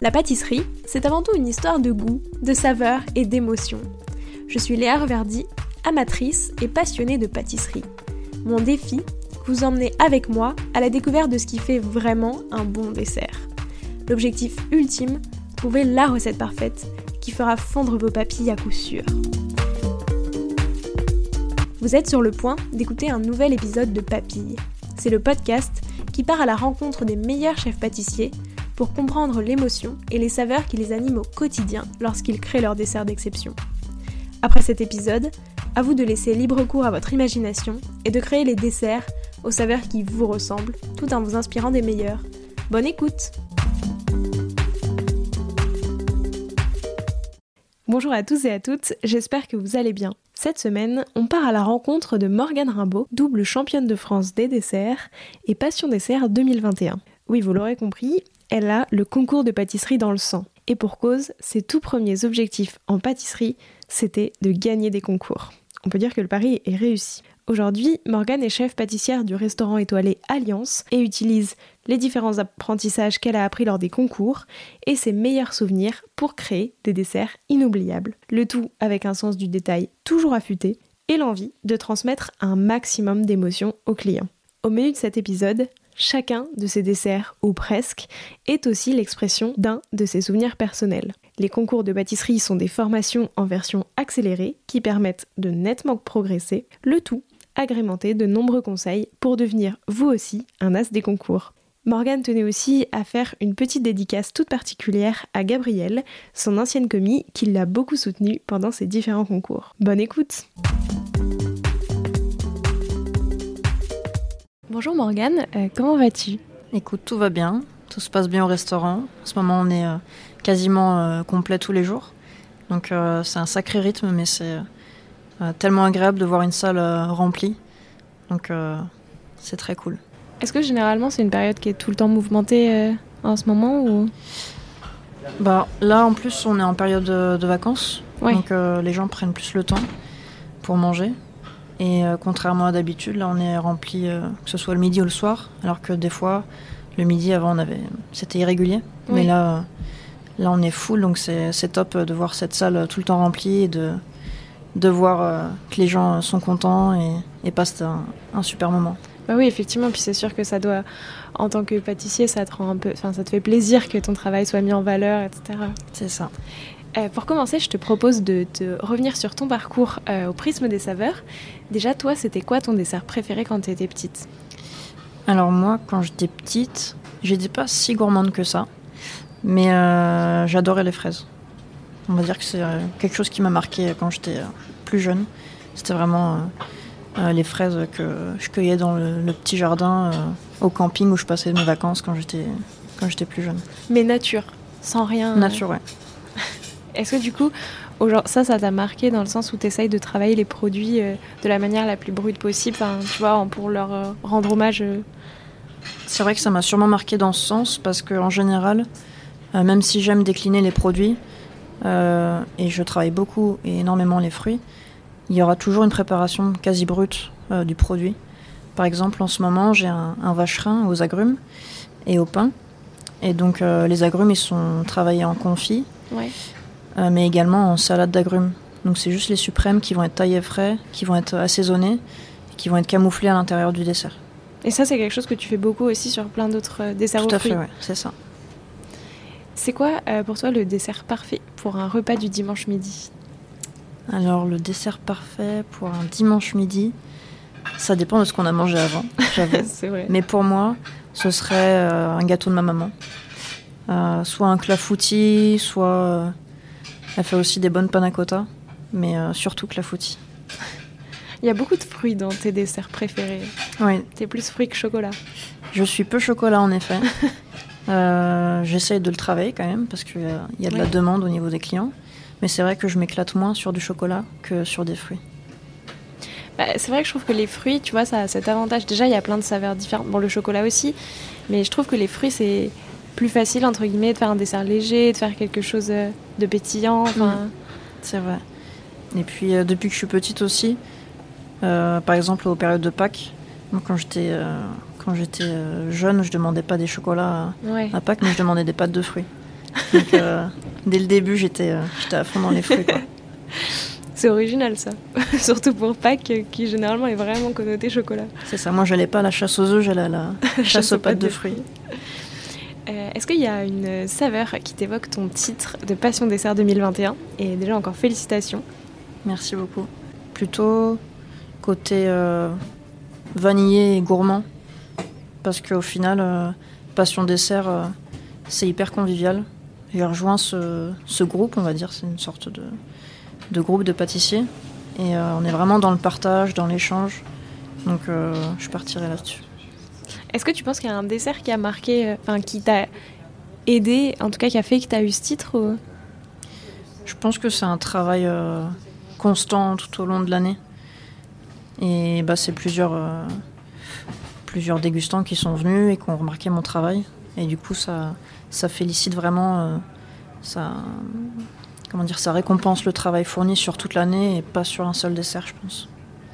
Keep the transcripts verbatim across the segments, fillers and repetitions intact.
La pâtisserie, c'est avant tout une histoire de goût, de saveur et d'émotion. Je suis Léa Reverdy, amatrice et passionnée de pâtisserie. Mon défi, vous emmener avec moi à la découverte de ce qui fait vraiment un bon dessert. L'objectif ultime, trouver la recette parfaite qui fera fondre vos papilles à coup sûr. Vous êtes sur le point d'écouter un nouvel épisode de Papilles. C'est le podcast qui part à la rencontre des meilleurs chefs pâtissiers pour comprendre l'émotion et les saveurs qui les animent au quotidien lorsqu'ils créent leurs desserts d'exception. Après cet épisode, à vous de laisser libre cours à votre imagination et de créer les desserts aux saveurs qui vous ressemblent, tout en vous inspirant des meilleurs. Bonne écoute! Bonjour à tous et à toutes, j'espère que vous allez bien. Cette semaine, on part à la rencontre de Morgane Rimbaud, double championne de France des desserts et Passion Dessert deux mille vingt et un. Oui, vous l'aurez compris, elle a le concours de pâtisserie dans le sang. Et pour cause, ses tout premiers objectifs en pâtisserie, c'était de gagner des concours. On peut dire que le pari est réussi. Aujourd'hui, Morgane est chef pâtissière du restaurant étoilé Alliance et utilise les différents apprentissages qu'elle a appris lors des concours et ses meilleurs souvenirs pour créer des desserts inoubliables. Le tout avec un sens du détail toujours affûté et l'envie de transmettre un maximum d'émotions aux clients. Au menu de cet épisode, chacun de ces desserts, ou presque, est aussi l'expression d'un de ses souvenirs personnels. Les concours de pâtisserie sont des formations en version accélérée qui permettent de nettement progresser, le tout agrémenté de nombreux conseils pour devenir vous aussi un as des concours. Morgane tenait aussi à faire une petite dédicace toute particulière à Gabrielle, son ancienne commis, qui l'a beaucoup soutenue pendant ses différents concours. Bonne écoute! Bonjour Morgane, euh, comment vas-tu? Écoute, tout va bien, tout se passe bien au restaurant. En ce moment, on est euh, quasiment euh, complet tous les jours. Donc euh, c'est un sacré rythme, mais c'est euh, tellement agréable de voir une salle euh, remplie. Donc euh, c'est très cool. Est-ce que généralement c'est une période qui est tout le temps mouvementée euh, en ce moment ou... Bah, là, en plus, on est en période de, de vacances. Ouais. Donc euh, les gens prennent plus le temps pour manger. Et euh, contrairement à d'habitude, là on est rempli, euh, que ce soit le midi ou le soir, alors que des fois, le midi avant, on avait, c'était irrégulier. Oui. Mais là, euh, là on est full, donc c'est, c'est top de voir cette salle tout le temps remplie et de, de voir euh, que les gens sont contents et, et passent un, un super moment. Bah oui, effectivement, puis c'est sûr que ça doit, en tant que pâtissier, ça te rend un peu, enfin ça te fait plaisir que ton travail soit mis en valeur, et cetera. C'est ça. Euh, pour commencer, je te propose de, de revenir sur ton parcours euh, au prisme des saveurs. Déjà, toi, c'était quoi ton dessert préféré quand tu étais petite? Alors moi, quand j'étais petite, j'étais pas si gourmande que ça, mais euh, j'adorais les fraises. On va dire que c'est euh, quelque chose qui m'a marqué quand j'étais euh, plus jeune. C'était vraiment euh, euh, les fraises que je cueillais dans le, le petit jardin euh, au camping où je passais mes vacances quand j'étais, quand j'étais plus jeune. Mais nature, sans rien... Nature, ouais. Est-ce que du coup, ça, ça t'a marqué dans le sens où tu essayes de travailler les produits euh, de la manière la plus brute possible, tu vois, pour leur euh, rendre hommage euh... C'est vrai que ça m'a sûrement marqué dans ce sens, parce qu'en général, euh, même si j'aime décliner les produits, euh, et je travaille beaucoup et énormément les fruits, il y aura toujours une préparation quasi brute euh, du produit. Par exemple, en ce moment, j'ai un, un vacherin aux agrumes et au pain, et donc euh, les agrumes, ils sont travaillés en confit. Ouais. Euh, mais également en salade d'agrumes. Donc c'est juste les suprêmes qui vont être taillés frais, qui vont être assaisonnés, qui vont être camouflés à l'intérieur du dessert. Et ça, c'est quelque chose que tu fais beaucoup aussi sur plein d'autres euh, desserts aux fruits. Tout à fait, ouais, c'est ça. C'est quoi euh, pour toi le dessert parfait pour un repas du dimanche midi? Alors le dessert parfait pour un dimanche midi, ça dépend de ce qu'on a mangé avant, j'avoue. C'est vrai. Mais pour moi, ce serait euh, un gâteau de ma maman. Euh, soit un clafoutis, soit... Euh, Elle fait aussi des bonnes panna cotta, mais euh, surtout clafoutis. Il y a beaucoup de fruits dans tes desserts préférés. Oui. T'es plus fruits que chocolat. Je suis peu chocolat, en effet. euh, j'essaye de le travailler quand même, parce qu'il euh, y a de oui. la demande au niveau des clients. Mais c'est vrai que je m'éclate moins sur du chocolat que sur des fruits. Bah, c'est vrai que je trouve que les fruits, tu vois, ça a cet avantage. Déjà, il y a plein de saveurs différentes. Bon, le chocolat aussi. Mais je trouve que les fruits, c'est... plus facile, entre guillemets, de faire un dessert léger, de faire quelque chose de pétillant. Mmh. C'est vrai. Et puis, euh, depuis que je suis petite aussi, euh, par exemple, aux périodes de Pâques, moi, quand j'étais, euh, quand j'étais euh, jeune, je demandais pas des chocolats à, ouais. à Pâques, mais je demandais des pâtes de fruits. Donc, euh, dès le début, j'étais, euh, j'étais à fond dans les fruits, quoi. C'est original ça, surtout pour Pâques qui généralement est vraiment connoté chocolat. C'est ça, moi j'allais pas à la chasse aux œufs, j'allais à la chasse aux pâtes de fruits. Euh, est-ce qu'il y a une saveur qui t'évoque ton titre de Passion Dessert deux mille vingt et un ? Et déjà encore félicitations. Merci beaucoup. Plutôt côté euh, vanillé et gourmand, parce qu'au final, euh, Passion Dessert, euh, c'est hyper convivial. J'ai rejoint ce, ce groupe, on va dire, c'est une sorte de... de groupe de pâtissiers et euh, on est vraiment dans le partage, dans l'échange, donc euh, je partirai là-dessus. Est-ce que tu penses qu'il y a un dessert qui a marqué, enfin euh, qui t'a aidé, en tout cas qui a fait que tu as eu ce titre ou... Je pense que c'est un travail euh, constant tout au long de l'année et bah, c'est plusieurs, euh, plusieurs dégustants qui sont venus et qui ont remarqué mon travail et du coup ça, ça félicite vraiment euh, ça... Comment dire, ça récompense le travail fourni sur toute l'année et pas sur un seul dessert, je pense.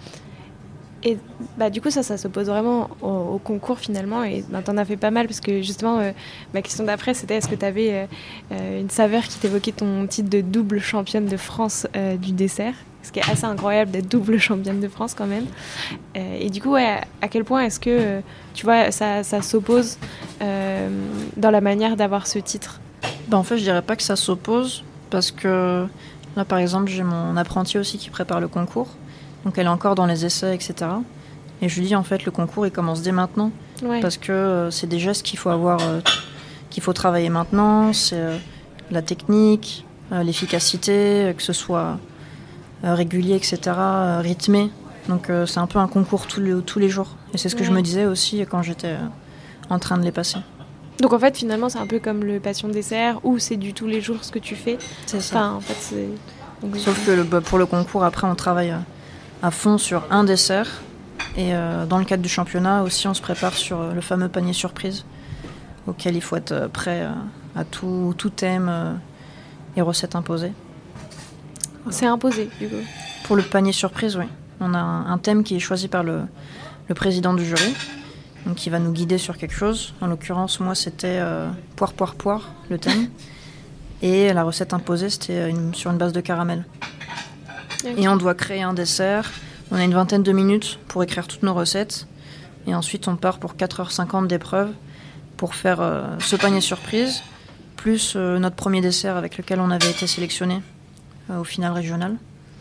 Et bah, du coup, ça, ça s'oppose vraiment au, au concours finalement. Et bah, t'en as fait pas mal parce que justement, euh, ma question d'après, c'était est-ce que tu avais euh, une saveur qui t'évoquait ton titre de double championne de France euh, du dessert ? Ce qui est assez incroyable d'être double championne de France quand même. Euh, et du coup, ouais, à quel point est-ce que, euh, tu vois, ça, ça s'oppose euh, dans la manière d'avoir ce titre ? Bah, en fait, je dirais pas que ça s'oppose. Parce que là, par exemple, j'ai mon apprenti aussi qui prépare le concours. Donc, elle est encore dans les essais, et cetera. Et je lui dis, en fait, le concours, il commence dès maintenant. Ouais. Parce que euh, c'est des gestes qu'il faut avoir, euh, qu'il faut travailler maintenant. C'est euh, la technique, euh, l'efficacité, euh, que ce soit euh, régulier, et cetera, euh, rythmé. Donc, euh, c'est un peu un concours tous les, tous les jours. Et c'est ce que ouais. je me disais aussi quand j'étais euh, en train de les passer. Donc en fait, finalement, c'est un peu comme le Passion Dessert, où c'est du tous les jours ce que tu fais. C'est ça. Enfin, en fait, c'est... Donc, sauf que le, bah, pour le concours, après, on travaille à fond sur un dessert. Et euh, dans le cadre du championnat aussi, on se prépare sur le fameux panier surprise, auquel il faut être prêt à tout, tout thème et recettes imposées. C'est imposé, du coup. Pour le panier surprise, oui. On a un, un thème qui est choisi par le, le président du jury. Donc, qui va nous guider sur quelque chose. En l'occurrence, moi, c'était euh, poire, poire, poire, le thème. Et la recette imposée, c'était une, sur une base de caramel. Okay. Et on doit créer un dessert. On a une vingtaine de minutes pour écrire toutes nos recettes. Et ensuite, on part pour quatre heures cinquante d'épreuve pour faire euh, ce panier surprise, plus euh, notre premier dessert avec lequel on avait été sélectionné euh, au final régional.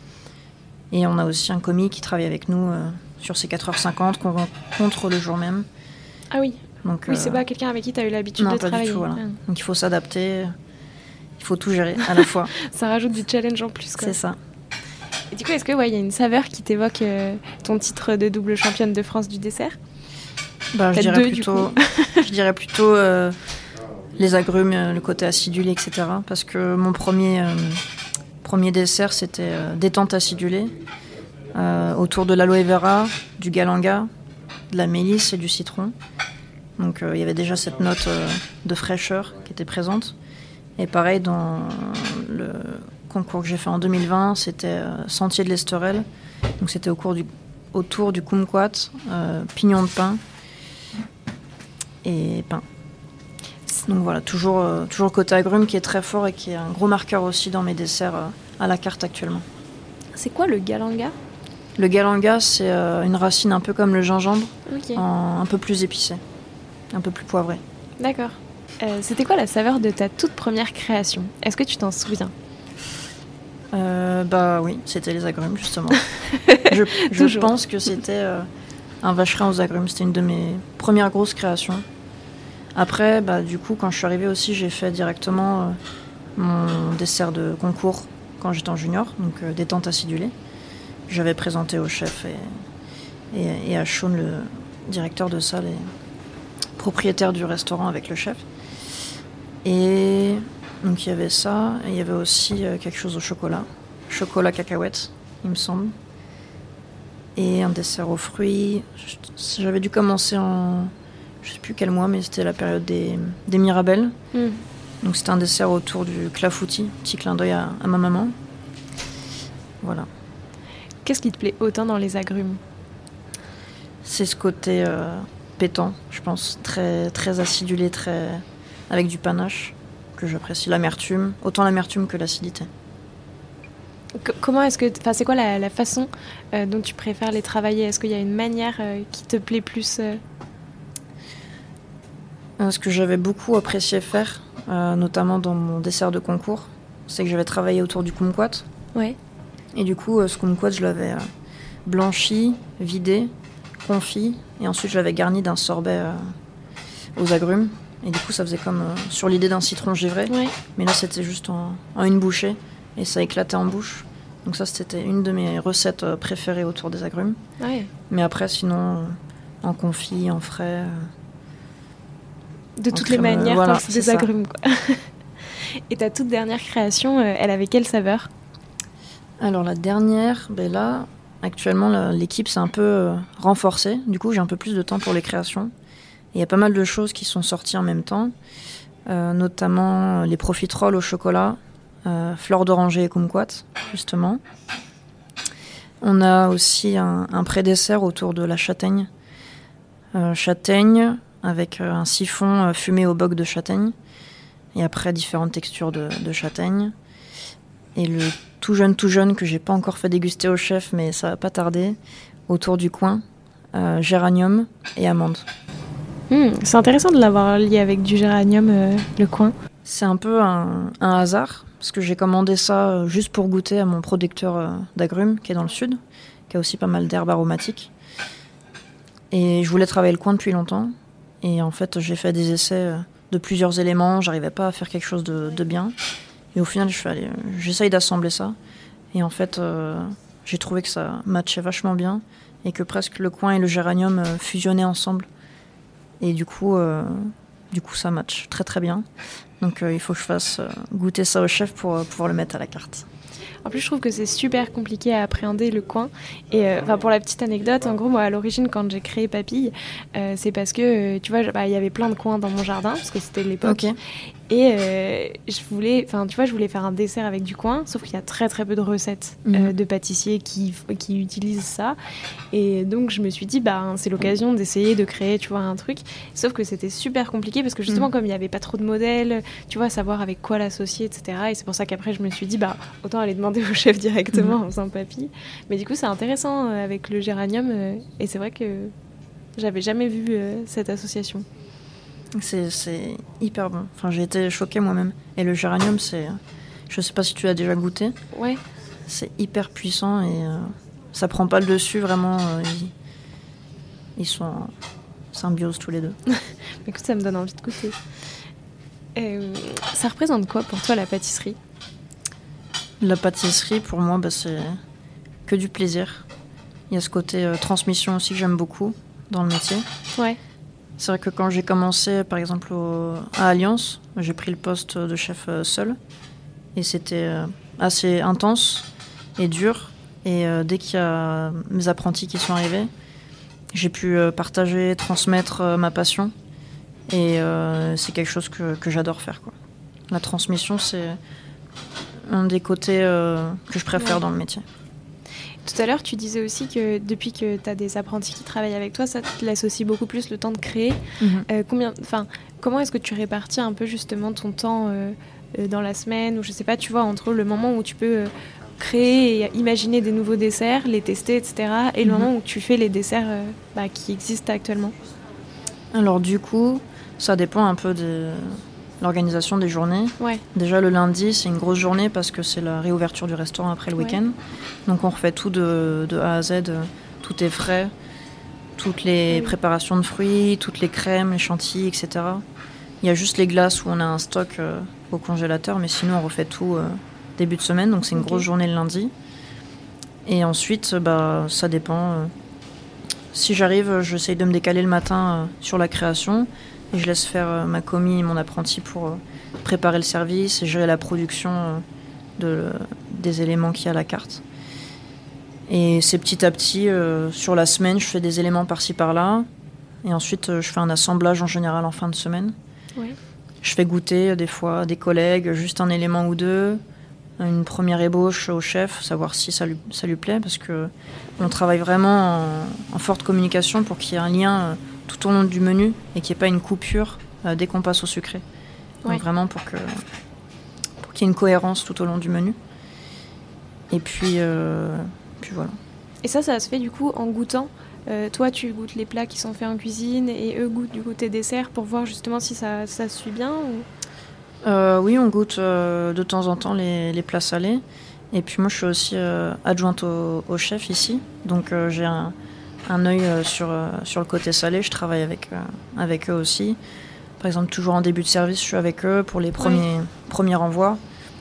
Et on a aussi un commis qui travaille avec nous euh, sur ces quatre heures cinquante qu'on rencontre le jour même. Ah oui. Donc, oui, euh, c'est pas quelqu'un avec qui tu as eu l'habitude non, de pas travailler. Du tout, voilà. Ah. Donc il faut s'adapter, il faut tout gérer à la fois. Ça rajoute du challenge en plus, quoi. C'est ça. Et du coup, est-ce qu'il ouais, y a une saveur qui t'évoque euh, ton titre de double championne de France du dessert ? Bah, je, dirais deux, plutôt, je dirais plutôt euh, les agrumes, le côté acidulé, et cetera. Parce que mon premier, euh, premier dessert, c'était euh, détente acidulée, euh, autour de l'aloe vera, du galanga, de la mélisse et du citron. Donc il euh, y avait déjà cette note euh, de fraîcheur qui était présente. Et pareil, dans le concours que j'ai fait en deux mille vingt, c'était euh, Sentier de l'Esterel. Donc c'était au cours du, autour du kumquat, euh, pignon de pain et pain. Donc voilà, toujours, euh, toujours le côté agrumes qui est très fort et qui est un gros marqueur aussi dans mes desserts euh, à la carte actuellement. C'est quoi le galanga ? Le galanga, c'est euh, une racine un peu comme le gingembre, okay. en, un peu plus épicée, un peu plus poivrée. D'accord. Euh, c'était quoi la saveur de ta toute première création ? Est-ce que tu t'en souviens ? euh, Bah oui, c'était les agrumes, justement. je je pense que c'était euh, un vacherin aux agrumes. C'était une de mes premières grosses créations. Après, bah, du coup, quand je suis arrivée aussi, j'ai fait directement euh, mon dessert de concours quand j'étais en junior, donc euh, des tentes acidulées. J'avais présenté au chef et, et, et à Sean, le directeur de salle et propriétaire du restaurant avec le chef. Et donc il y avait ça, et il y avait aussi euh, quelque chose au chocolat, chocolat cacahuète, il me semble. Et un dessert aux fruits. J'avais dû commencer en... je sais plus quel mois, mais c'était la période des, des Mirabelles. Mm. Donc c'était un dessert autour du clafoutis, petit clin d'œil à, à ma maman. Voilà. Qu'est-ce qui te plaît autant dans les agrumes ? C'est ce côté euh, pétant, je pense, très, très acidulé, très... avec du panache, que j'apprécie, l'amertume, autant l'amertume que l'acidité. C- comment est-ce que, enfin, c'est quoi la, la façon euh, dont tu préfères les travailler? Est-ce qu'il y a une manière euh, qui te plaît plus euh... Euh, Ce que j'avais beaucoup apprécié faire, euh, notamment dans mon dessert de concours, c'est que j'avais travaillé autour du kumquat. Ouais. Et du coup, euh, ce kumquat, je l'avais euh, blanchi, vidé, confit, et ensuite je l'avais garni d'un sorbet euh, aux agrumes. Et du coup, ça faisait comme euh, sur l'idée d'un citron givré. Ouais. Mais là, c'était juste en, en une bouchée, et ça éclatait en bouche. Donc ça, c'était une de mes recettes euh, préférées autour des agrumes. Ouais. Mais après, sinon, euh, en confit, en frais... Euh, De en toutes crème, les manières, euh, voilà, quand c'est c'est des ça. agrumes, quoi. Et ta toute dernière création, euh, elle avait quelle saveur? Alors la dernière, ben là, actuellement, la- l'équipe s'est un peu euh, renforcée. Du coup, j'ai un peu plus de temps pour les créations. Il y a pas mal de choses qui sont sorties en même temps, euh, notamment les profiteroles au chocolat, euh, fleur d'oranger et kumquat, justement. On a aussi un, un pré-dessert autour de la châtaigne. Euh, châtaigne avec euh, un siphon euh, fumé au boc de châtaigne. Et après, différentes textures de, de châtaigne. Et le tout jeune, tout jeune, que j'ai pas encore fait déguster au chef, mais ça va pas tarder, autour du coin, euh, géranium et amande. Hmm, c'est intéressant de l'avoir lié avec du géranium, euh, le coin. C'est un peu un, un hasard, parce que j'ai commandé ça euh, juste pour goûter à mon producteur euh, d'agrumes, qui est dans le sud, qui a aussi pas mal d'herbes aromatiques. Et je voulais travailler le coin depuis longtemps. Et en fait, j'ai fait des essais euh, de plusieurs éléments, j'arrivais pas à faire quelque chose de, de bien. Et au final, je fais, allez, j'essaye d'assembler ça. Et en fait, euh, j'ai trouvé que ça matchait vachement bien et que presque le coin et le géranium euh, fusionnaient ensemble. Et du coup, euh, du coup, ça match très très bien. Donc euh, il faut que je fasse euh, goûter ça au chef pour euh, pouvoir le mettre à la carte. En plus, je trouve que c'est super compliqué à appréhender le coin. Et euh, enfin, pour la petite anecdote, en gros, moi, à l'origine, quand j'ai créé Papille, euh, c'est parce que, euh, tu vois, bah, il y avait plein de coins dans mon jardin, parce que c'était l'époque. Ok. Et euh, je voulais, enfin, tu vois, je voulais faire un dessert avec du coin, sauf qu'il y a très très peu de recettes Mhm. euh, de pâtissiers qui, qui utilisent ça. Et donc, je me suis dit, bah, c'est l'occasion d'essayer de créer, tu vois, un truc. Sauf que c'était super compliqué parce que justement, Mhm. comme il n'y avait pas trop de modèles, tu vois, savoir avec quoi l'associer, et cetera. Et c'est pour ça qu'après, je me suis dit, bah, autant aller demander au chef directement Mhm. en faisant Papille. Mais du coup, c'est intéressant euh, avec le géranium. euh, et c'est vrai que j'avais jamais vu euh, cette association. C'est, c'est hyper bon. Enfin, j'ai été choquée moi-même. Et le géranium, c'est, je sais pas si tu as déjà goûté. Ouais. C'est hyper puissant et euh, ça prend pas le dessus vraiment. Euh, ils, ils sont en symbiose tous les deux. Écoute, ça me donne envie de goûter. Euh, ça représente quoi pour toi la pâtisserie? La pâtisserie, pour moi, bah, c'est que du plaisir. Il y a ce côté euh, transmission aussi que j'aime beaucoup dans le métier. Ouais. C'est vrai que quand j'ai commencé, par exemple, au- à Alliance, j'ai pris le poste de chef euh, seul. Et c'était euh, assez intense et dur. Et euh, dès qu'il y a mes apprentis qui sont arrivés, j'ai pu euh, partager, transmettre euh, ma passion. Et euh, c'est quelque chose que, que j'adore faire, quoi. La transmission, c'est un des côtés euh, que je préfère Ouais. dans le métier. Tout à l'heure, tu disais aussi que depuis que tu as des apprentis qui travaillent avec toi, ça te laisse aussi beaucoup plus le temps de créer. Euh, combien, enfin, comment est-ce que tu répartis un peu justement ton temps euh, euh, dans la semaine, ou je sais pas, tu vois, entre le moment où tu peux euh, créer et imaginer des nouveaux desserts, les tester, et cetera, et le Mhm. moment où tu fais les desserts euh, bah, qui existent actuellement? Alors du coup, ça dépend un peu de l'organisation des journées. Ouais. Déjà le lundi, c'est une grosse journée parce que c'est la réouverture du restaurant après le Ouais. week-end. Donc on refait tout de, de A à Z, tout est frais, toutes les Oui. préparations de fruits, toutes les crèmes, les chantilly, et cetera. Il y a juste les glaces où on a un stock euh, au congélateur, mais sinon on refait tout euh, début de semaine, donc c'est une Ok. grosse journée le lundi. Et ensuite, bah, ça dépend. euh, Si j'arrive, j'essaye de me décaler le matin euh, sur la création et je laisse faire euh, ma commis et mon apprenti pour euh, préparer le service et gérer la production euh, de, des éléments qu'il y a à la carte. Et c'est petit à petit, euh, sur la semaine, je fais des éléments par-ci par-là et ensuite euh, je fais un assemblage en général en fin de semaine. Ouais. Je fais goûter euh, des fois à des collègues juste un élément ou deux, une première ébauche au chef, savoir si ça lui, ça lui plaît, parce que on travaille vraiment en, en forte communication pour qu'il y ait un lien euh, tout au long du menu et qu'il n'y ait pas une coupure euh, dès qu'on passe au sucré. Donc Ouais. vraiment pour que pour qu'il y ait une cohérence tout au long du menu. Et puis, euh, puis voilà. Et ça, ça se fait du coup en goûtant. Euh, toi, tu goûtes les plats qui sont faits en cuisine et eux goûtent du coup tes desserts pour voir justement si ça, ça se suit bien ou... Euh, oui, on goûte euh, de temps en temps les, les plats salés. Et puis moi, je suis aussi euh, adjointe au, au chef ici. Donc euh, j'ai un, un œil euh, sur, euh, sur le côté salé. Je travaille avec, euh, avec eux aussi. Par exemple, toujours en début de service, je suis avec eux pour les premiers, Ouais. premiers renvois.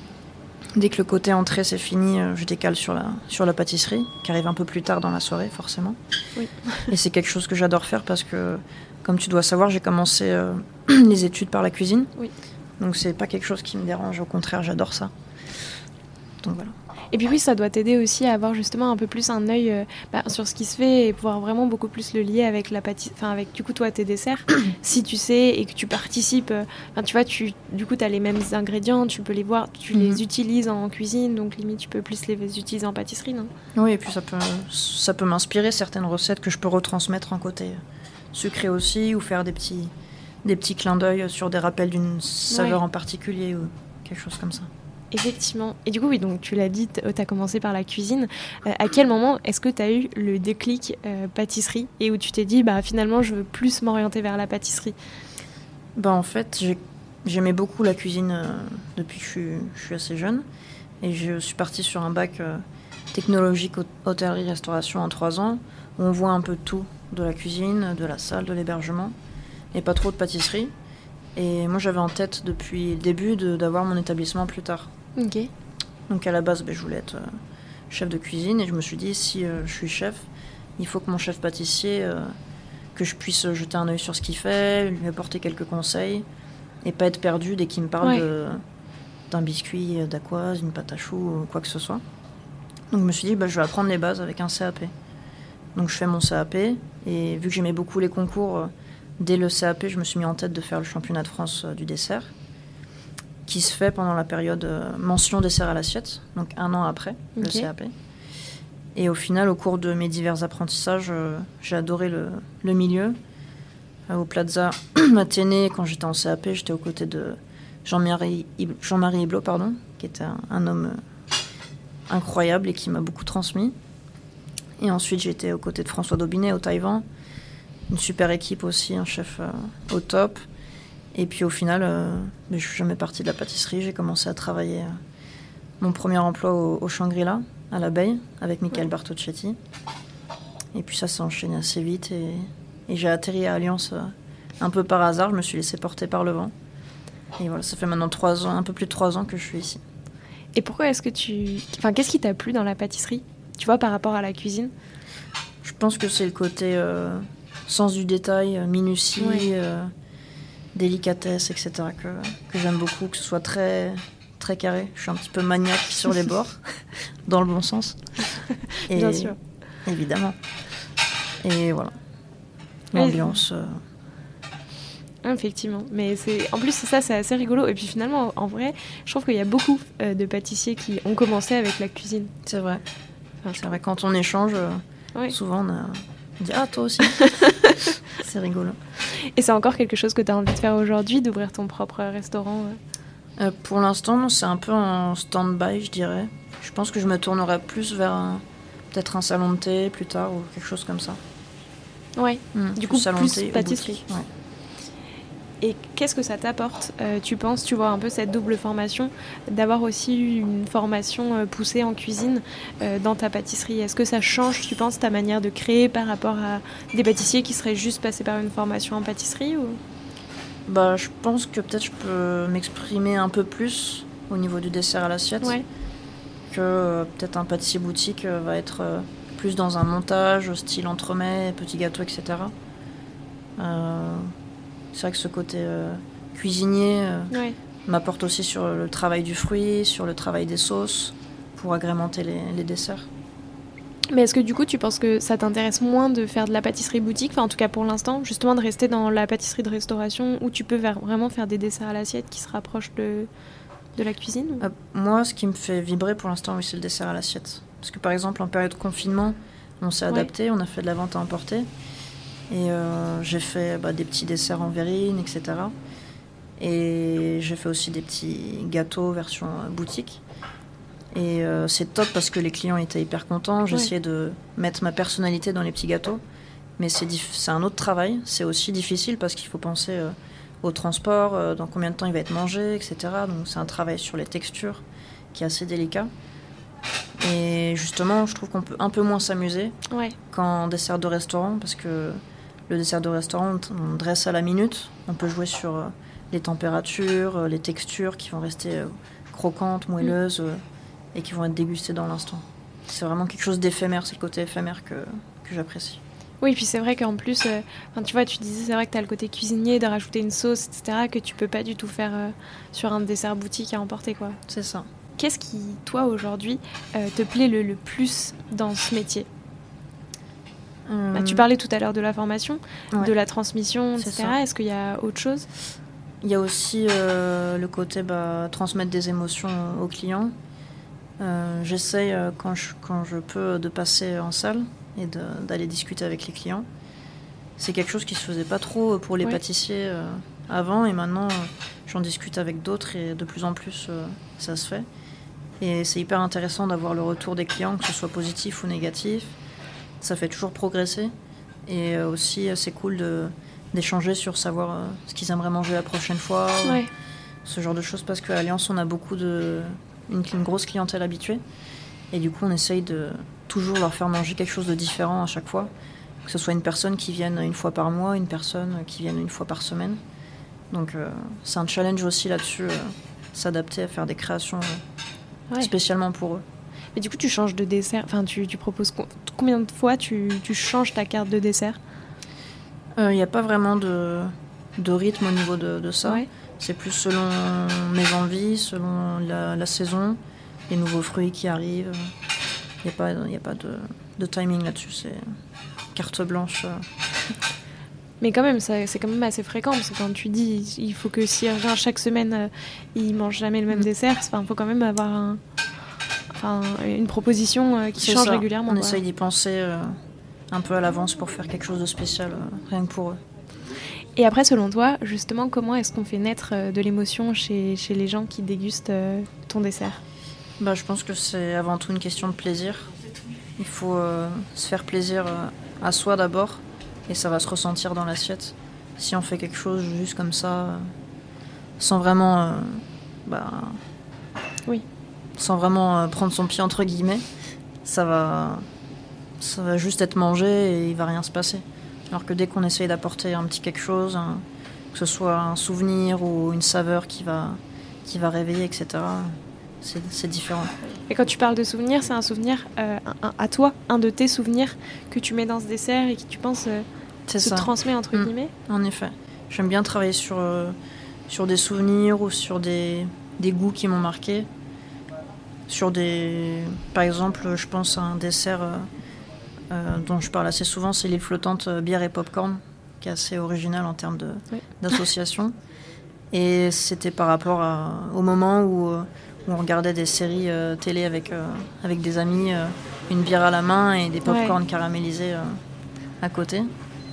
Dès que le côté entrée c'est fini, euh, je décale sur la, sur la pâtisserie, qui arrive un peu plus tard dans la soirée, forcément. Oui. Et c'est quelque chose que j'adore faire parce que, comme tu dois savoir, j'ai commencé euh, les études par la cuisine. Oui. Donc c'est pas quelque chose qui me dérange, au contraire, j'adore ça. Donc voilà. Et puis oui, ça doit t'aider aussi à avoir justement un peu plus un œil euh, bah, sur ce qui se fait et pouvoir vraiment beaucoup plus le lier avec la pâtisserie, enfin avec du coup toi tes desserts. Si tu sais et que tu participes, euh, enfin tu vois, tu du coup tu as les mêmes ingrédients, tu peux les voir, tu Mhm. les utilises en cuisine, donc limite tu peux plus les utiliser en pâtisserie, non? Oui, et puis ça peut, ça peut m'inspirer certaines recettes que je peux retransmettre en côté sucré aussi, ou faire des petits, des petits clins d'œil sur des rappels d'une saveur Ouais. en particulier ou quelque chose comme ça. Effectivement. Et du coup, oui, donc tu l'as dit, tu as commencé par la cuisine. Euh, à quel moment est-ce que tu as eu le déclic euh, pâtisserie et où tu t'es dit, bah finalement, je veux plus m'orienter vers la pâtisserie? Bah, en fait, j'ai- j'aimais beaucoup la cuisine euh, depuis que je suis, je suis assez jeune. Et je suis partie sur un bac euh, technologique hôt- hôtellerie-restauration en trois ans, où on voit un peu de tout, de la cuisine, de la salle, de l'hébergement, et pas trop de pâtisserie. Et moi, j'avais en tête depuis le début de- d'avoir mon établissement plus tard. Ok. Donc à la base, ben, je voulais être euh, chef de cuisine, et je me suis dit, si euh, je suis chef, il faut que mon chef pâtissier, euh, que je puisse jeter un œil sur ce qu'il fait, lui apporter quelques conseils, et pas être perdu dès qu'il me parle Ouais. de, d'un biscuit, euh, d'aquoise, une pâte à choux, ou quoi que ce soit. Donc je me suis dit, bah, je vais apprendre les bases avec un C A P. Donc je fais mon C A P, et vu que j'aimais beaucoup les concours, euh, dès le C A P, je me suis mis en tête de faire le championnat de France euh, du dessert, qui se fait pendant la période euh, mention dessert à l'assiette, donc un an après le Ok. C A P. Et au final, au cours de mes divers apprentissages, euh, j'ai adoré le, le milieu. Euh, au Plaza Athénée, quand j'étais en C A P, j'étais aux côtés de Jean-Marie, Hib- Jean-Marie Hiblot, pardon, qui était un, un homme euh, incroyable et qui m'a beaucoup transmis. Et ensuite, j'étais aux côtés de François Daubinet au Taïwan, une super équipe aussi, un chef euh, au top. Et puis au final, euh, mais je suis jamais partie de la pâtisserie. J'ai commencé à travailler euh, mon premier emploi au, au Shangri-La, à l'abeille, avec Michael Ouais. Bartocchetti. Et puis ça s'est enchaîné assez vite et, et j'ai atterri à Alliance euh, un peu par hasard. Je me suis laissée porter par le vent. Et voilà, ça fait maintenant trois ans, un peu plus de trois ans que je suis ici. Et pourquoi est-ce que tu... Enfin, qu'est-ce qui t'a plu dans la pâtisserie? Tu vois, par rapport à la cuisine? Je pense que c'est le côté euh, sens du détail, euh, minutie, Ouais. euh, délicatesse, et cetera que, que j'aime beaucoup, que ce soit très, très carré. Je suis un petit peu maniaque sur les bords, dans le bon sens. Et, Bien sûr. Évidemment. Et voilà. Ouais, L'ambiance. euh, Effectivement, mais c'est en plus c'est ça, c'est assez rigolo. Et puis finalement, en vrai, je trouve qu'il y a beaucoup euh, de pâtissiers qui ont commencé avec la cuisine. c'est vrai. Enfin, je C'est vrai, quand on échange, euh, Ouais. souvent on, a, on dit « Ah, toi aussi !» C'est rigolo. Et c'est encore quelque chose que tu as envie de faire aujourd'hui, d'ouvrir ton propre restaurant euh. Euh, pour l'instant, non, c'est un peu en stand-by, je dirais. Je pense que je me tournerai plus vers un- peut-être un salon de thé plus tard ou quelque chose comme ça. Ouais. Hmm, Du coup, salon plus de thé ou pâtisserie. boutique, ouais. Et qu'est-ce que ça t'apporte, euh, tu penses, tu vois, un peu cette double formation, d'avoir aussi eu une formation euh, poussée en cuisine euh, dans ta pâtisserie? Est-ce que ça change, tu penses, ta manière de créer par rapport à des pâtissiers qui seraient juste passés par une formation en pâtisserie ou... Bah, je pense que peut-être je peux m'exprimer un peu plus au niveau du dessert à l'assiette Ouais. que euh, peut-être un pâtissier boutique euh, va être euh, plus dans un montage, style entremets, petits gâteaux, et cetera. Euh, c'est vrai que ce côté euh, cuisinier euh, Ouais. m'apporte aussi sur le travail du fruit, sur le travail des sauces, pour agrémenter les, les desserts. Mais est-ce que du coup tu penses que ça t'intéresse moins de faire de la pâtisserie boutique, enfin en tout cas pour l'instant, justement de rester dans la pâtisserie de restauration où tu peux ver- vraiment faire des desserts à l'assiette qui se rapprochent de, de la cuisine ou... Euh, moi, ce qui me fait vibrer pour l'instant, oui, c'est le dessert à l'assiette. Parce que par exemple, en période de confinement, on s'est Ouais. adapté, on a fait de la vente à emporter. Et euh, j'ai fait bah, des petits desserts en verrine, et cetera. Et j'ai fait aussi des petits gâteaux version boutique. Et euh, c'est top parce que les clients étaient hyper contents. J'essayais ouais. de mettre ma personnalité dans les petits gâteaux. Mais c'est, diff- c'est un autre travail. C'est aussi difficile parce qu'il faut penser euh, au transport, euh, dans combien de temps il va être mangé, et cetera. Donc c'est un travail sur les textures qui est assez délicat. Et justement, je trouve qu'on peut un peu moins s'amuser ouais. qu'en dessert de restaurant, parce que le dessert de restaurant, on dresse à la minute. On peut jouer sur euh, les températures, euh, les textures qui vont rester euh, croquantes, moelleuses, mmh. euh, et qui vont être dégustées dans l'instant. C'est vraiment quelque chose d'éphémère, c'est le côté éphémère que, que j'apprécie. Oui, puis c'est vrai qu'en plus, euh, tu vois, tu disais, c'est vrai que tu as le côté cuisinier, de rajouter une sauce, et cetera, que tu peux pas du tout faire euh, sur un dessert boutique à emporter, quoi. C'est ça. Qu'est-ce qui, toi, aujourd'hui, euh, te plaît le, le plus dans ce métier ? hum... bah, Tu parlais tout à l'heure de la formation, ouais. de la transmission, et cetera. C'est Est-ce qu'il y a autre chose ? Il y a aussi euh, le côté bah, transmettre des émotions aux clients. Euh, j'essaye, euh, quand, je, quand je peux, de passer en salle et de, d'aller discuter avec les clients. C'est quelque chose qui ne se faisait pas trop pour les ouais. pâtissiers euh, avant, et maintenant, euh, j'en discute avec d'autres, et de plus en plus, euh, ça se fait. Et c'est hyper intéressant d'avoir le retour des clients, que ce soit positif ou négatif. Ça fait toujours progresser. Et euh, aussi, c'est cool de, d'échanger sur savoir euh, ce qu'ils aimeraient manger la prochaine fois. Ouais. Ce genre de choses, parce qu'à Alliance, on a beaucoup de... Une, une grosse clientèle habituée. Et du coup, on essaye de toujours leur faire manger quelque chose de différent à chaque fois. Que ce soit une personne qui vienne une fois par mois, une personne qui vienne une fois par semaine. Donc, euh, c'est un challenge aussi là-dessus, euh, s'adapter à faire des créations euh, ouais. spécialement pour eux. Mais du coup, tu changes de dessert. Enfin, tu, tu proposes co- combien de fois tu, tu changes ta carte de dessert ? Il n'y euh, a pas vraiment de, de rythme au niveau de, de ça. Ouais. C'est plus selon mes envies, selon la, la saison, les nouveaux fruits qui arrivent. Il n'y a pas, y a pas de, de timing là-dessus. C'est carte blanche. Mais quand même, ça, c'est quand même assez fréquent, parce que quand tu dis il faut que s'il revient chaque semaine, euh, il ne mange jamais le même mmh. dessert, il faut quand même avoir un, enfin, une proposition euh, qui c'est change ça. régulièrement. On quoi. essaye d'y penser euh, un peu à l'avance pour faire quelque chose de spécial, euh, rien que pour eux. Et après, selon toi, justement, comment est-ce qu'on fait naître euh, de l'émotion chez, chez les gens qui dégustent euh, ton dessert ? Bah, je pense que c'est avant tout une question de plaisir. Il faut euh, se faire plaisir euh, à soi d'abord, et ça va se ressentir dans l'assiette. Si on fait quelque chose juste comme ça, euh, sans vraiment, euh, bah, oui. sans vraiment euh, prendre son pied entre guillemets, ça va, ça va juste être mangé et il va rien se passer. Alors que dès qu'on essaye d'apporter un petit quelque chose, un, que ce soit un souvenir ou une saveur qui va, qui va réveiller, et cetera, c'est, c'est différent. Et quand tu parles de souvenirs, c'est un souvenir euh, un, un, à toi, un de tes souvenirs que tu mets dans ce dessert et qui, tu penses, euh, se ça. transmet entre mmh. guillemets ? En effet. J'aime bien travailler sur, euh, sur des souvenirs ou sur des, des goûts qui m'ont marqué. Sur des... Par exemple, je pense à un dessert... Euh, Euh, dont je parle assez souvent, c'est l'île flottante euh, bière et popcorn, qui est assez original en termes de, oui. d'association. Et c'était par rapport à, au moment où, euh, où on regardait des séries euh, télé avec, euh, avec des amis, euh, une bière à la main et des popcorn ouais. caramélisés euh, à côté.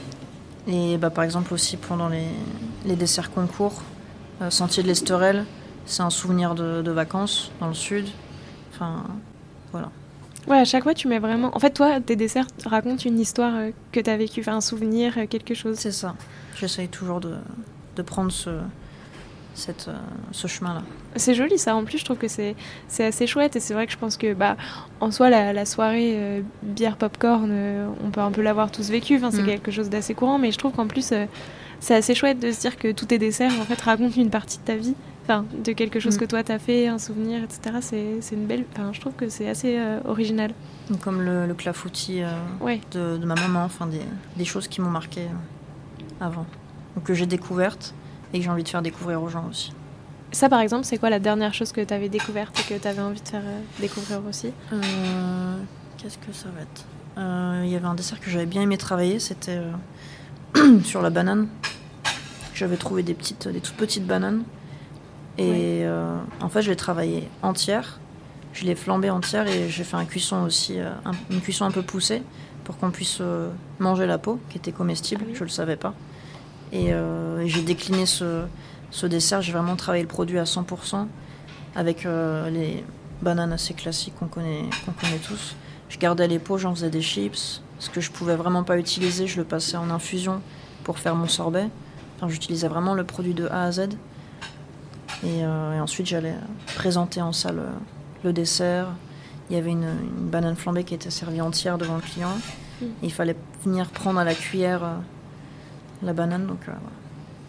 Et bah, par exemple aussi pendant les, les desserts concours, euh, Sentier de l'Esterel, c'est un souvenir de, de vacances dans le sud. Enfin, voilà. Ouais, à chaque fois, tu mets vraiment... En fait, toi, tes desserts racontent une histoire euh, que tu as vécue, enfin, un souvenir, euh, quelque chose. C'est ça. J'essaye toujours de, de prendre ce, cette, euh, ce chemin-là. C'est joli, ça. En plus, je trouve que c'est, c'est assez chouette. Et c'est vrai que je pense que, bah, en soi, la, la soirée euh, bière popcorn, euh, on peut un peu l'avoir tous vécu. Enfin, c'est mmh. quelque chose d'assez courant. Mais je trouve qu'en plus, euh, c'est assez chouette de se dire que tous tes desserts, en fait, racontent une partie de ta vie. Enfin, de quelque chose mmh. que toi t'as fait, un souvenir, et cetera. C'est, c'est une belle... Enfin, je trouve que c'est assez euh, original. Comme le, le clafoutis euh, ouais. de, de ma maman, enfin des, des choses qui m'ont marqué euh, avant. Donc que j'ai découvertes et que j'ai envie de faire découvrir aux gens aussi. Ça, par exemple, c'est quoi la dernière chose que t'avais découverte et que t'avais envie de faire euh, découvrir aussi ? euh, Qu'est-ce que ça va être ? euh, Il y avait un dessert que j'avais bien aimé travailler, c'était euh, sur la banane. J'avais trouvé des, petites, des toutes petites bananes. Et oui. euh, en fait, je l'ai travaillée entière, je l'ai flambée entière et j'ai fait un cuisson aussi, euh, un, une cuisson un peu poussée pour qu'on puisse euh, manger la peau, qui était comestible, oui. je ne le savais pas. Et, euh, et j'ai décliné ce, ce dessert, j'ai vraiment travaillé le produit à cent pour cent avec euh, les bananes assez classiques qu'on connaît, qu'on connaît tous. Je gardais les peaux, j'en faisais des chips. Ce que je pouvais vraiment pas utiliser, je le passais en infusion pour faire mon sorbet. Enfin, j'utilisais vraiment le produit de A à Z. Et, euh, et ensuite, j'allais présenter en salle euh, le dessert. Il y avait une, une banane flambée qui était servie entière devant le client. Mmh. Et il fallait venir prendre à la cuillère euh, la banane. Donc, euh, voilà.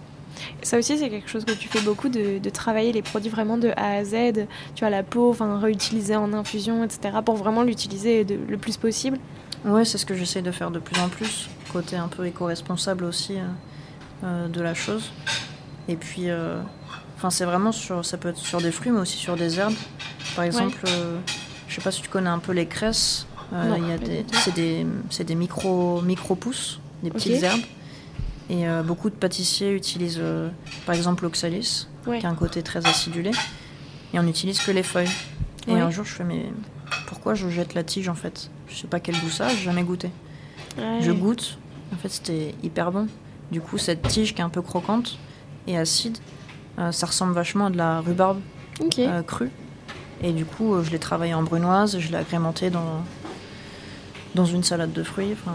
Ça aussi, c'est quelque chose que tu fais beaucoup, de, de travailler les produits vraiment de A à Z. Tu vois, la peau, enfin, réutiliser en infusion, et cetera, pour vraiment l'utiliser de, le plus possible. Ouais, c'est ce que j'essaie de faire de plus en plus. Côté un peu éco-responsable aussi euh, euh, de la chose. Et puis, euh, enfin, c'est vraiment sur, ça peut être sur des fruits, mais aussi sur des herbes. Par exemple, ouais. euh, je sais pas si tu connais un peu les cresses. Euh, non, y a des, c'est des, c'est des micro, micro-pousses, des petites okay. herbes. Et euh, beaucoup de pâtissiers utilisent, euh, par exemple, l'oxalis, ouais. qui a un côté très acidulé. Et on n'utilise que les feuilles. Et ouais. un jour, je fais, mais pourquoi je jette la tige, en fait ? Je sais pas quel goût ça a, j'ai jamais goûté. Ouais. Je goûte, en fait, c'était hyper bon. Du coup, cette tige qui est un peu croquante et acide, euh, ça ressemble vachement à de la rhubarbe okay. euh, crue. Et du coup, euh, je l'ai travaillé en brunoise, je l'ai agrémenté dans, dans une salade de fruits. Enfin,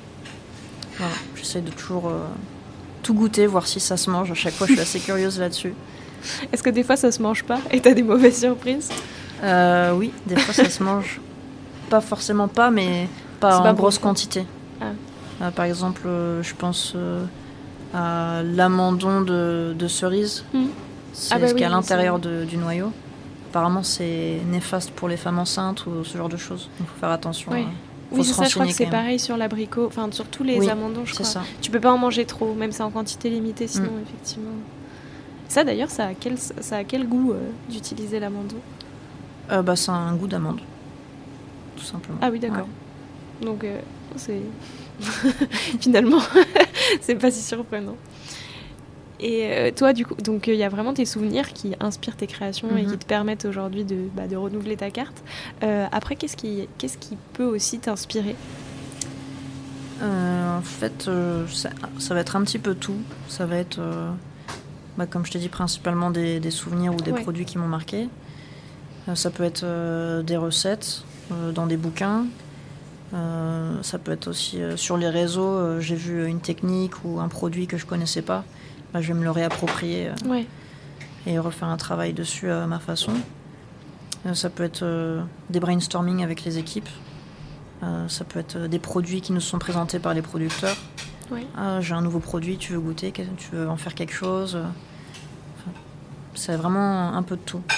voilà. J'essaie de toujours euh, tout goûter, voir si ça se mange. À chaque fois, je suis assez curieuse là-dessus. Est-ce que des fois, ça se mange pas et t'as des mauvaises surprises ? euh, Oui, des fois, ça se mange. Pas forcément pas, mais pas C'est en pas grosse bon, quantité. Ah. Euh, par exemple, euh, je pense euh, à l'amandon de, de cerise. Mmh. C'est ah bah ce oui, qu'il y a à l'intérieur de, du noyau. Apparemment, c'est néfaste pour les femmes enceintes ou ce genre de choses. Il faut faire attention. Oui. Hein. Oui, c'est ça, je crois que c'est pareil sur l'abricot, enfin sur tous les oui, amandons, je c'est crois. Ça. Tu peux pas en manger trop, même c'est en quantité limitée, sinon, mm. effectivement. Ça, d'ailleurs, ça a quel, ça a quel goût euh, d'utiliser l'amandon ? euh, bah, Ça a un goût d'amande, tout simplement. Ah oui, d'accord. Ouais. Donc, euh, c'est... Finalement, c'est pas si surprenant. Et euh, toi, du coup, donc il euh, y a vraiment tes souvenirs qui inspirent tes créations mm-hmm. et qui te permettent aujourd'hui de, bah, de renouveler ta carte. Euh, après, qu'est-ce qui, qu'est-ce qui peut aussi t'inspirer ? euh, En fait, euh, ça, ça va être un petit peu tout. Ça va être, euh, bah, comme je t'ai dit, principalement des, des souvenirs ou des ouais. produits qui m'ont marqué. Euh, ça peut être euh, des recettes euh, dans des bouquins. Euh, ça peut être aussi euh, sur les réseaux. Euh, j'ai vu une technique ou un produit que je connaissais pas. Bah, je vais me le réapproprier euh, ouais. et refaire un travail dessus à ma façon. Euh, ça peut être euh, des brainstorming avec les équipes. Euh, ça peut être des produits qui nous sont présentés par les producteurs. Ouais. Ah, j'ai un nouveau produit, tu veux goûter, tu veux en faire quelque chose. Enfin, c'est vraiment un peu de tout.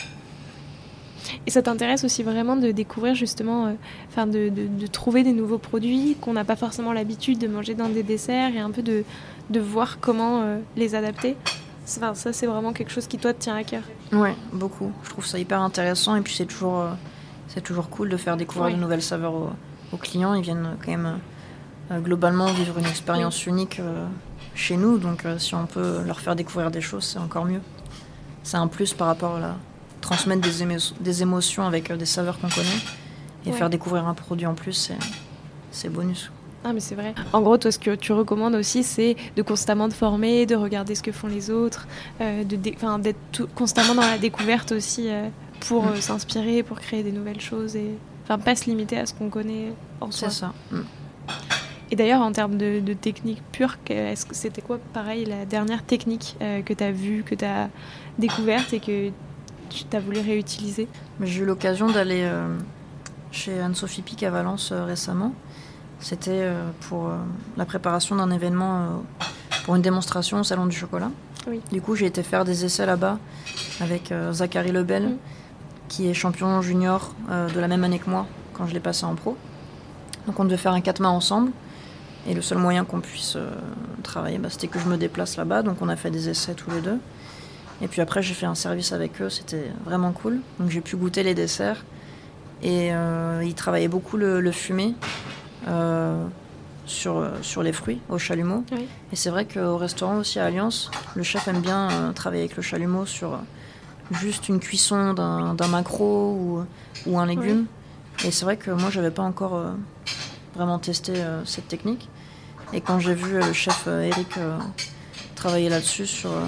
Et ça t'intéresse aussi vraiment de découvrir justement, euh, enfin de, de, de trouver des nouveaux produits qu'on n'a pas forcément l'habitude de manger dans des desserts et un peu de, de voir comment euh, les adapter. Enfin, ça, c'est vraiment quelque chose qui, toi, te tient à cœur. Ouais, beaucoup. Je trouve ça hyper intéressant et puis c'est toujours, euh, c'est toujours cool de faire découvrir oui. de nouvelles saveurs aux, aux clients. Ils viennent quand même euh, globalement vivre une expérience oui. unique euh, chez nous. Donc euh, si on peut leur faire découvrir des choses, c'est encore mieux. C'est un plus par rapport à la... transmettre des, émo- des émotions avec euh, des saveurs qu'on connaît et ouais. faire découvrir un produit en plus, c'est, c'est bonus. Ah mais c'est vrai. En gros, toi, ce que tu recommandes aussi, c'est de constamment te former, de regarder ce que font les autres, euh, de dé- d'être tout, constamment dans la découverte aussi euh, pour mm. euh, s'inspirer, pour créer des nouvelles choses et enfin pas se limiter à ce qu'on connaît en soi. C'est ça. Mm. Et d'ailleurs, en termes de, de technique pure, est-ce que c'était quoi, pareil, la dernière technique euh, que tu as vue, que tu as découverte et que tu as voulu réutiliser ? J'ai eu l'occasion d'aller euh, chez Anne-Sophie Pic à Valence euh, récemment. C'était euh, pour euh, la préparation d'un événement, euh, pour une démonstration au Salon du Chocolat. Oui. Du coup, j'ai été faire des essais là-bas avec euh, Zachary Lebel, mmh. qui est champion junior euh, de la même année que moi, quand je l'ai passé en pro. Donc on devait faire un quatre mains ensemble. Et le seul moyen qu'on puisse euh, travailler, bah, c'était que je me déplace là-bas. Donc on a fait des essais tous les deux. Et puis après, j'ai fait un service avec eux, c'était vraiment cool. Donc j'ai pu goûter les desserts. Et euh, ils travaillaient beaucoup le, le fumé euh, sur, sur les fruits, au chalumeau. Oui. Et c'est vrai qu'au restaurant aussi à Alliance, le chef aime bien euh, travailler avec le chalumeau sur juste une cuisson d'un, d'un maquereau ou, ou un légume. Oui. Et c'est vrai que moi, j'avais pas encore euh, vraiment testé euh, cette technique. Et quand j'ai vu euh, le chef euh, Eric euh, travailler là-dessus, sur... Euh,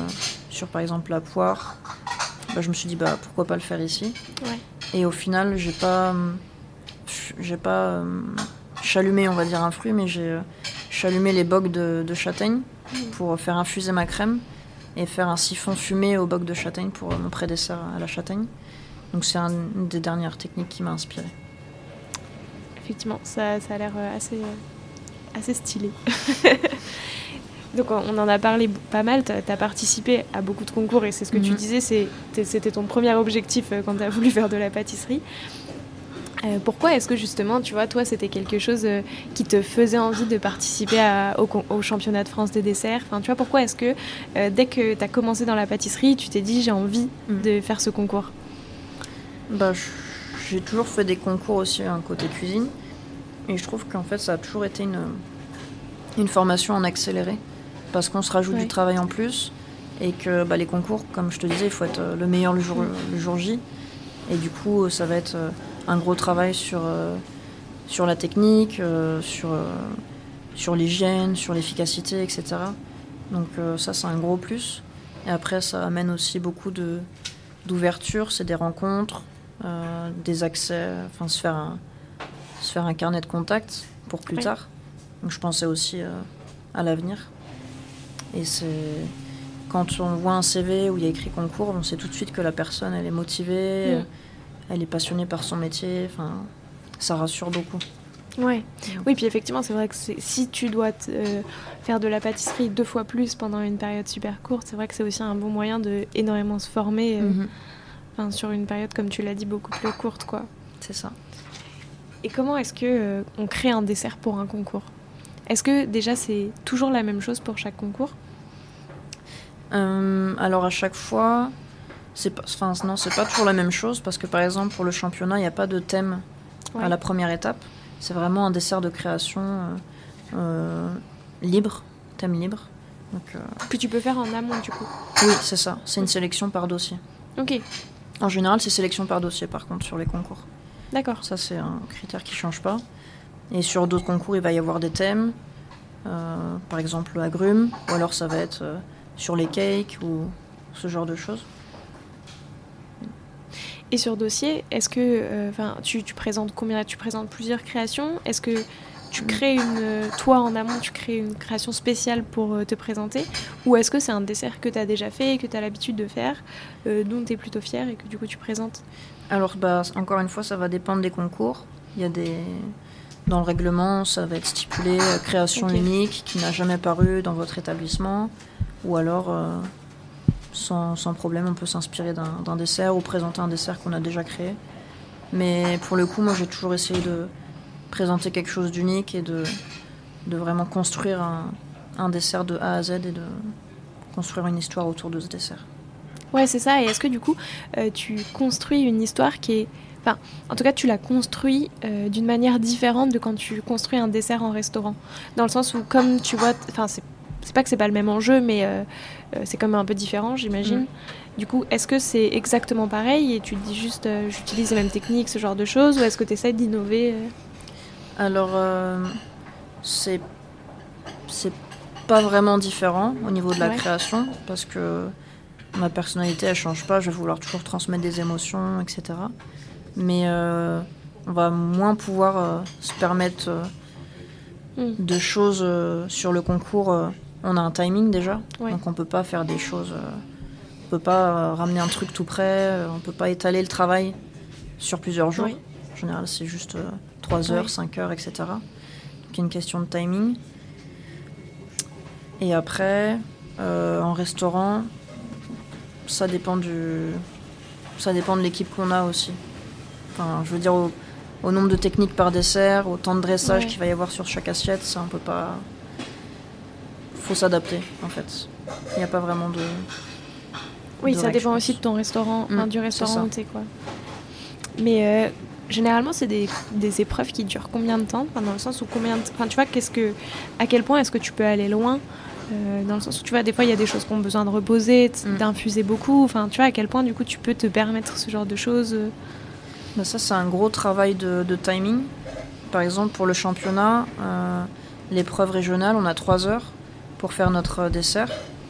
sur par exemple la poire, bah, je me suis dit bah, pourquoi pas le faire ici. Ouais. Et au final, j'ai pas, j'ai pas euh, chalumé, on va dire, un fruit, mais j'ai euh, chalumé les bocs de, de châtaigne mmh. pour faire infuser ma crème et faire un siphon fumé au boc de châtaigne pour mon pré-dessert à la châtaigne. Donc c'est un, une des dernières techniques qui m'a inspirée. Effectivement, ça, ça a l'air assez, assez stylé. Donc on en a parlé pas mal, tu as participé à beaucoup de concours et c'est ce que mmh. tu disais, c'est, c'était ton premier objectif quand tu as voulu faire de la pâtisserie. Euh, pourquoi est-ce que justement, tu vois, toi c'était quelque chose euh, qui te faisait envie de participer à, au, au championnat de France des desserts, enfin, tu vois, pourquoi est-ce que euh, dès que tu as commencé dans la pâtisserie, tu t'es dit j'ai envie mmh. de faire ce concours? Bah, j'ai toujours fait des concours aussi hein, côté cuisine et je trouve qu'en fait ça a toujours été une, une formation en accéléré. Parce qu'on se rajoute ouais. du travail en plus et que bah, les concours, comme je te disais, il faut être le meilleur le jour, mmh. le jour J. Et du coup, ça va être un gros travail sur, euh, sur la technique, euh, sur, euh, sur l'hygiène, sur l'efficacité, et cetera. Donc euh, ça, c'est un gros plus. Et après, ça amène aussi beaucoup de, d'ouverture, c'est des rencontres, euh, des accès, enfin se faire un, se faire un carnet de contacts pour plus oui. tard. Donc je pensais aussi euh, à l'avenir. Et c'est quand on voit un C V où il y a écrit concours, on sait tout de suite que la personne elle est motivée, mmh. elle est passionnée par son métier. Enfin, ça rassure beaucoup. Ouais. Mmh. Oui, puis effectivement, c'est vrai que c'est, si tu dois te, euh, faire de la pâtisserie deux fois plus pendant une période super courte, c'est vrai que c'est aussi un bon moyen de énormément se former, euh, mmh. enfin, sur une période comme tu l'as dit beaucoup plus courte, quoi. C'est ça. Et comment est-ce que euh, on crée un dessert pour un concours ? Est-ce que déjà c'est toujours la même chose pour chaque concours ? euh, Alors à chaque fois, c'est pas, enfin non, c'est pas toujours la même chose parce que par exemple pour le championnat, il n'y a pas de thème ouais. à la première étape. C'est vraiment un dessert de création euh, euh, libre, thème libre. Donc, euh... que tu peux faire en amont du coup. Oui, c'est ça. C'est une sélection par dossier. Ok. En général, c'est sélection par dossier par contre sur les concours. D'accord. Ça c'est un critère qui change pas. Et sur d'autres concours, il va y avoir des thèmes, euh, par exemple agrumes, ou alors ça va être euh, sur les cakes ou ce genre de choses. Et sur dossier, est-ce que euh, tu, tu présentes combien ? Tu présentes plusieurs créations ? Est-ce que tu crées une, toi en amont, tu crées une création spéciale pour euh, te présenter ? Ou est-ce que c'est un dessert que tu as déjà fait, que tu as l'habitude de faire, euh, dont tu es plutôt fière et que du coup tu présentes ? Alors bah, encore une fois, ça va dépendre des concours. Il y a des... Dans le règlement, ça va être stipulé euh, création okay. unique qui n'a jamais paru dans votre établissement. Ou alors, euh, sans, sans problème, on peut s'inspirer d'un, d'un dessert ou présenter un dessert qu'on a déjà créé. Mais pour le coup, moi, j'ai toujours essayé de présenter quelque chose d'unique et de, de vraiment construire un, un dessert de A à Z et de construire une histoire autour de ce dessert. Ouais, c'est ça. Et est-ce que du coup, euh, tu construis une histoire qui est... Enfin, en tout cas, tu la construis euh, d'une manière différente de quand tu construis un dessert en restaurant. Dans le sens où, comme tu vois... Enfin, c'est, c'est pas que c'est pas le même enjeu, mais euh, euh, c'est quand même un peu différent, j'imagine. Mmh. Du coup, est-ce que c'est exactement pareil et tu te dis juste euh, j'utilise les mêmes techniques, ce genre de choses, ou est-ce que tu essaies d'innover euh... Alors, euh, c'est, c'est pas vraiment différent au niveau de la ouais. création, parce que ma personnalité, elle change pas. Je vais vouloir toujours transmettre des émotions, et cetera. Mais euh, on va moins pouvoir euh, se permettre euh, mm. de choses euh, sur le concours. Euh, on a un timing déjà, ouais. donc on peut pas faire des choses... Euh, on peut pas euh, ramener un truc tout prêt, euh, on peut pas étaler le travail sur plusieurs jours. Oui. En général, c'est juste euh, trois heures, oui. cinq heures, et cetera. Donc il y a une question de timing. Et après, euh, en restaurant, ça dépend du... ça dépend de l'équipe qu'on a aussi. Enfin, je veux dire, au, au nombre de techniques par dessert, au temps de dressage ouais. qu'il va y avoir sur chaque assiette, ça on peut pas... faut s'adapter, en fait. Il n'y a pas vraiment de... Oui, de ça règles, dépend aussi de ton restaurant, mmh, enfin, du restaurant où t'es, quoi. Mais euh, généralement, c'est des, des épreuves qui durent combien de temps ? Enfin, dans le sens où combien de... Enfin, tu vois, qu'est-ce que... à quel point est-ce que tu peux aller loin ? Euh, dans le sens où, tu vois, des fois, il y a des choses qui ont besoin de reposer, mmh. d'infuser beaucoup. Enfin, tu vois, à quel point, du coup, tu peux te permettre ce genre de choses ? Ben ça, c'est un gros travail de, de timing. Par exemple, pour le championnat, euh, l'épreuve régionale, on a trois heures pour faire notre dessert.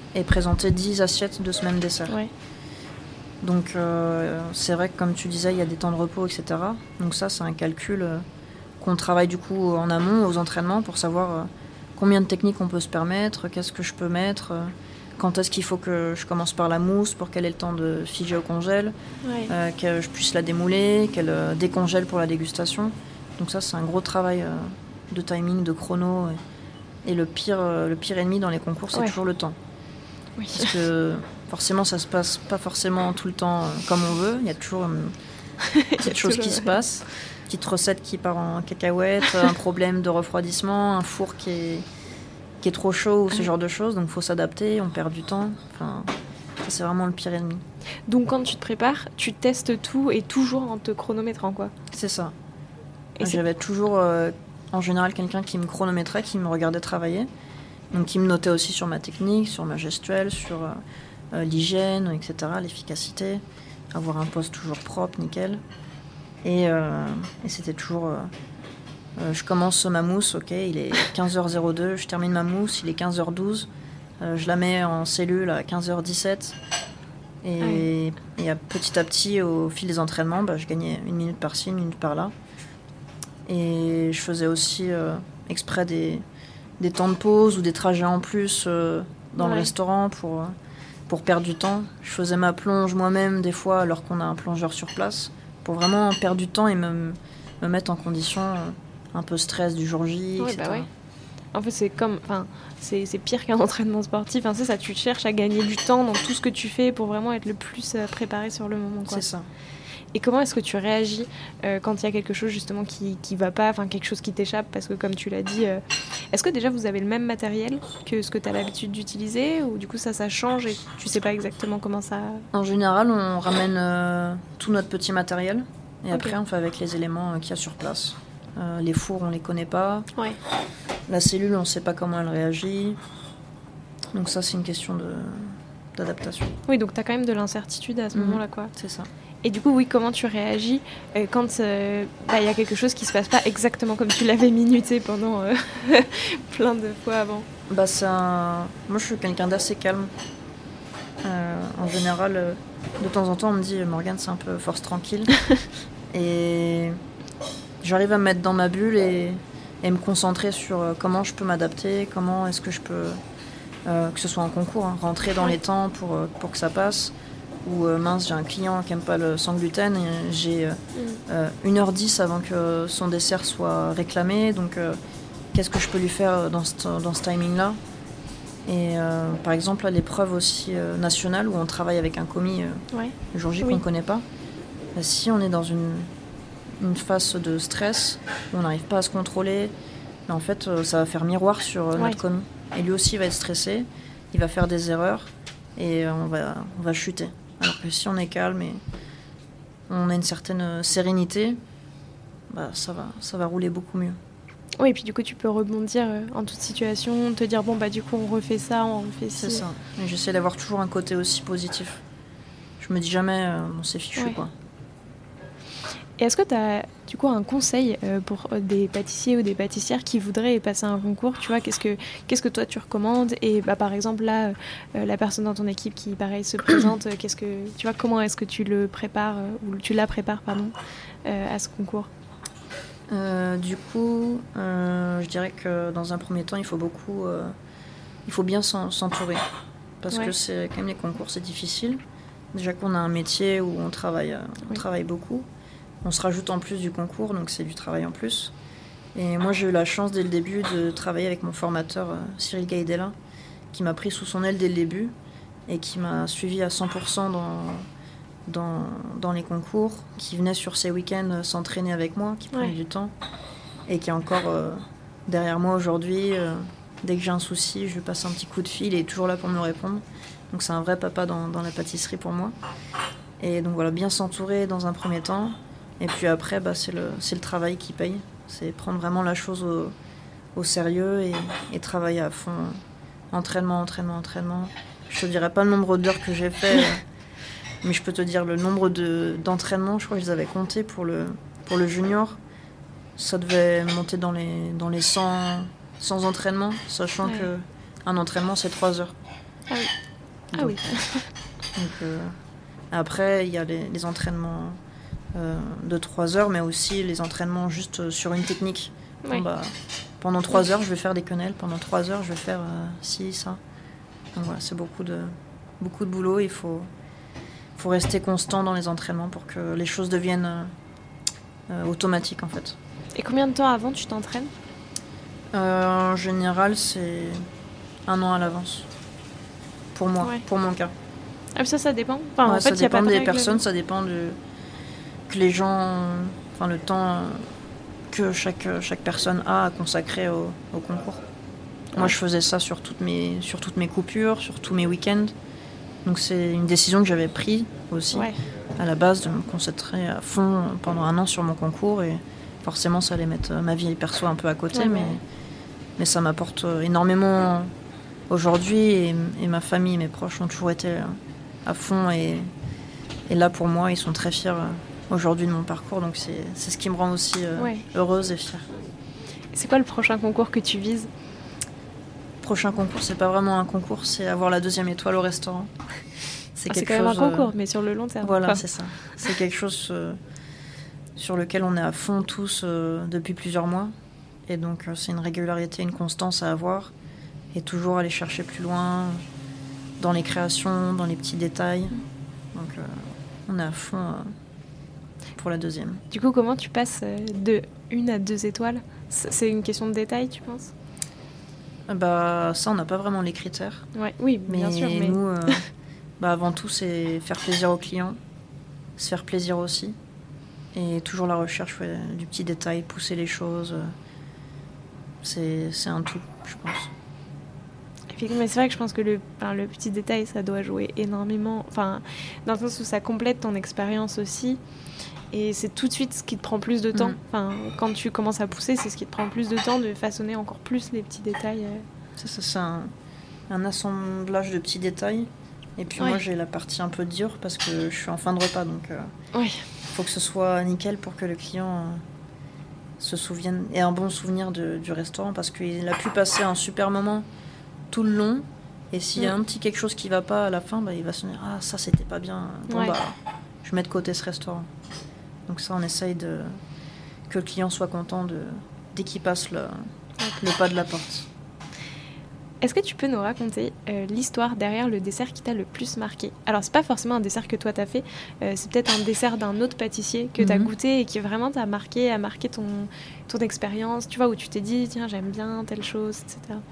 et présenter dix assiettes de ce même dessert. Ouais. Donc euh, c'est vrai que comme tu disais, il y a des temps de repos, et cetera. Donc ça, c'est un calcul euh, qu'on travaille du coup en amont aux entraînements pour savoir euh, combien de techniques on peut se permettre, qu'est-ce que je peux mettre, euh, quand est-ce qu'il faut que je commence par la mousse pour qu'elle ait le temps de figer au congèle, Ouais. euh, que je puisse la démouler, qu'elle euh, décongèle pour la dégustation. Donc ça, c'est un gros travail euh, de timing, de chrono. Et, et le, pire, euh, le pire ennemi dans les concours, c'est Ouais. toujours le temps. Oui. Parce que forcément, ça se passe pas forcément tout le temps euh, comme on veut. Il y a toujours une petite chose qui se passe. Petite recette qui part en cacahuète, un problème de refroidissement, un four qui est, qui est trop chaud ou ce genre de choses. Donc il faut s'adapter, on perd du temps. Enfin, ça, c'est vraiment le pire ennemi. Donc quand tu te prépares, tu testes tout et toujours en te chronométrant, quoi. C'est ça. Et c'est- J'avais toujours, euh, en général, quelqu'un qui me chronométrait, qui me regardait travailler. Donc qui me notait aussi sur ma technique, sur ma gestuelle, sur euh, euh, l'hygiène, et cetera, l'efficacité. Avoir un poste toujours propre, nickel. Et, euh, et c'était toujours... Euh, euh, je commence ma mousse, ok, il est quinze heures zéro deux, je termine ma mousse, il est quinze heures douze. Euh, je la mets en cellule à quinze heures dix-sept. Et, et à, petit à petit, au fil des entraînements, bah, je gagnais une minute par-ci, une minute par-là. Et je faisais aussi euh, exprès des, des temps de pause ou des trajets en plus euh, dans Ouais. le restaurant pour, euh, pour perdre du temps. Je faisais ma plonge moi-même des fois alors qu'on a un plongeur sur place pour vraiment perdre du temps et me, me mettre en condition euh, un peu stress du jour J, Ouais, et cetera. bah ouais. En fait, c'est comme, enfin, c'est, c'est pire qu'un entraînement sportif. Enfin, c'est ça, tu cherches à gagner du temps dans tout ce que tu fais pour vraiment être le plus euh, préparé sur le moment, quoi. C'est ça. Et comment est-ce que tu réagis euh, quand il y a quelque chose justement qui qui va pas, enfin quelque chose qui t'échappe, parce que comme tu l'as dit, euh, est-ce que déjà vous avez le même matériel que ce que tu as l'habitude d'utiliser, ou du coup ça ça change et tu sais pas exactement comment ça... En général, on ramène euh, tout notre petit matériel et Ok. après on fait avec les éléments euh, qu'il y a sur place. Euh, les fours, on les connaît pas. Ouais. La cellule, on sait pas comment elle réagit. Donc ça, c'est une question de d'adaptation. Oui, donc tu as quand même de l'incertitude à ce Mhm. moment-là, quoi. C'est ça. Et du coup, oui, comment tu réagis euh, quand euh, bah, y a quelque chose qui se passe pas exactement comme tu l'avais minuté pendant euh, plein de fois avant? Bah, c'est un... Moi, je suis quelqu'un d'assez calme. Euh, en général, euh, de temps en temps, on me dit Morgane, c'est un peu force tranquille. Et j'arrive à me mettre dans ma bulle et, et me concentrer sur euh, comment je peux m'adapter, comment est-ce que je peux, euh, que ce soit en concours, hein, rentrer dans Ouais. les temps pour, euh, pour que ça passe. Ou euh, mince, j'ai un client qui n'aime pas le sans gluten et j'ai euh, euh, une heure dix avant que son dessert soit réclamé. Donc, euh, qu'est-ce que je peux lui faire dans ce, dans ce timing-là? Et euh, par exemple, à l'épreuve aussi euh, nationale où on travaille avec un commis euh, Ouais. le jour J Oui. qu'on ne connaît pas, bah, si on est dans une, une phase de stress où on n'arrive pas à se contrôler, bah, en fait, euh, ça va faire miroir sur euh, Ouais. notre commis. Et lui aussi va être stressé, il va faire des erreurs et euh, on, va, on va chuter. Alors que si on est calme et on a une certaine sérénité, bah, ça va, ça va rouler beaucoup mieux. Oui, et puis du coup, tu peux rebondir euh, en toute situation, te dire, bon, bah du coup, on refait ça, on refait C'est ci. ça. Et j'essaie d'avoir toujours un côté aussi positif. Je me dis jamais, euh, bon, c'est fichu, Ouais. quoi. Et est-ce que tu as du coup un conseil euh, pour euh, des pâtissiers ou des pâtissières qui voudraient passer un concours? Tu vois, qu'est-ce que, qu'est-ce que toi tu recommandes? Et bah, par exemple, là, euh, la personne dans ton équipe qui, pareil, se présente, euh, qu'est-ce que, tu vois, comment est-ce que tu le prépares, euh, ou tu la prépares, pardon, euh, à ce concours? Euh, du coup, euh, je dirais que dans un premier temps, il faut beaucoup, euh, il faut bien s'en- s'entourer, parce Ouais. que c'est quand même les concours, c'est difficile. Déjà qu'on a un métier où on travaille, euh, on Oui. travaille beaucoup, on se rajoute en plus du concours, donc c'est du travail en plus. Et moi, j'ai eu la chance dès le début de travailler avec mon formateur euh, Cyril Gaïdella, qui m'a pris sous son aile dès le début et qui m'a suivi à cent pour cent dans Dans, dans les concours, qui venait sur ses week-ends euh, s'entraîner avec moi, qui prenait Ouais. du temps et qui est encore euh, derrière moi aujourd'hui. Euh, dès que j'ai un souci, je lui passe un petit coup de fil et il est toujours là pour me répondre. Donc c'est un vrai papa dans, dans la pâtisserie pour moi. Et donc voilà, bien s'entourer dans un premier temps. Et puis après, bah, c'est le, c'est le travail qui paye. C'est prendre vraiment la chose au, au sérieux et, et travailler à fond. Entraînement, entraînement, entraînement. Je te dirais pas le nombre d'heures que j'ai fait. euh, Mais je peux te dire le nombre de, d'entraînements, je crois que je les avais comptés pour le, pour le junior. Ça devait monter dans les, dans les cent, cent entraînements, sachant Ouais. qu'un entraînement, c'est trois heures. Ah oui. Ah donc, oui. donc, euh, après, il y a les, les entraînements euh, de trois heures, mais aussi les entraînements juste sur une technique. Ouais. Bon, bah, pendant trois heures, je vais faire des quenelles. Pendant trois heures, je vais faire euh, ci, ça. Donc voilà, c'est beaucoup de, beaucoup de boulot. Il faut, faut rester constant dans les entraînements pour que les choses deviennent euh, euh, automatiques, en fait. Et combien de temps avant tu t'entraînes ? euh, En général, c'est un an à l'avance. Pour moi, Ouais. pour mon cas. Ah, ça, ça dépend. Enfin, Ouais, en ça fait, il y a pas dépend de des règle. personnes, ça dépend de que les gens, enfin le temps euh, que chaque chaque personne a à consacrer au, au concours. Moi, Ouais. je faisais ça sur toutes mes sur toutes mes coupures, sur tous mes week-ends. Donc c'est une décision que j'avais prise aussi Ouais. à la base de me concentrer à fond pendant un an sur mon concours et forcément ça allait mettre ma vie perso un peu à côté, Ouais, mais ouais. mais ça m'apporte énormément aujourd'hui et, et ma famille, mes proches ont toujours été à fond et, et là pour moi ils sont très fiers aujourd'hui de mon parcours, donc c'est, c'est ce qui me rend aussi euh, Ouais. heureuse et fière. C'est quoi le prochain concours que tu vises ? Prochain concours, c'est pas vraiment un concours, c'est avoir la deuxième étoile au restaurant. C'est, Ah, c'est quelque quand même chose, un concours, euh, mais sur le long terme. voilà, Enfin, c'est ça. C'est quelque chose euh, sur lequel on est à fond tous euh, depuis plusieurs mois. Et donc euh, c'est une régularité, une constance à avoir. Et toujours aller chercher plus loin dans les créations, dans les petits détails. Donc euh, on est à fond euh, pour la deuxième. Du coup, comment tu passes euh, de une à deux étoiles ? C'est c'est une question de détail, tu penses ? Bah, ça, on n'a pas vraiment les critères. Ouais. Oui, Mais, bien sûr. Mais nous, euh, bah, avant tout, c'est faire plaisir aux clients, se faire plaisir aussi. Et toujours la recherche ouais, du petit détail, pousser les choses. euh, C'est, c'est un tout, je pense. effectivement, mais c'est vrai que je pense que le, enfin, le petit détail, ça doit jouer énormément. Enfin, dans le sens où ça complète ton expérience aussi. Et c'est tout de suite ce qui te prend plus de temps. Mhm. Enfin, quand tu commences à pousser, c'est ce qui te prend plus de temps de façonner encore plus les petits détails. euh. Ça, ça, c'est un, un assemblage de petits détails. Et puis Ouais. moi, j'ai la partie un peu dure parce que je suis en fin de repas. Donc, il Ouais. faut que ce soit nickel pour que le client euh, se souvienne, ait un bon souvenir de, du restaurant. Parce qu'il a pu passer un super moment tout le long. Et s'il y a Mm. un petit quelque chose qui va pas à la fin, bah, il va se dire « Ah, ça, c'était pas bien. Bon, Ouais. bah, je mets de côté ce restaurant. » Donc ça, on essaye de, que le client soit content de, dès qu'il passe le, le pas de la porte. Est-ce que tu peux nous raconter euh, l'histoire derrière le dessert qui t'a le plus marqué ? Alors, c'est pas forcément un dessert que toi t'as fait, euh, c'est peut-être un dessert d'un autre pâtissier que t'as Mhm. goûté et qui vraiment t'a marqué, a marqué ton, ton expérience, tu vois, où tu t'es dit, tiens, j'aime bien telle chose, et cetera.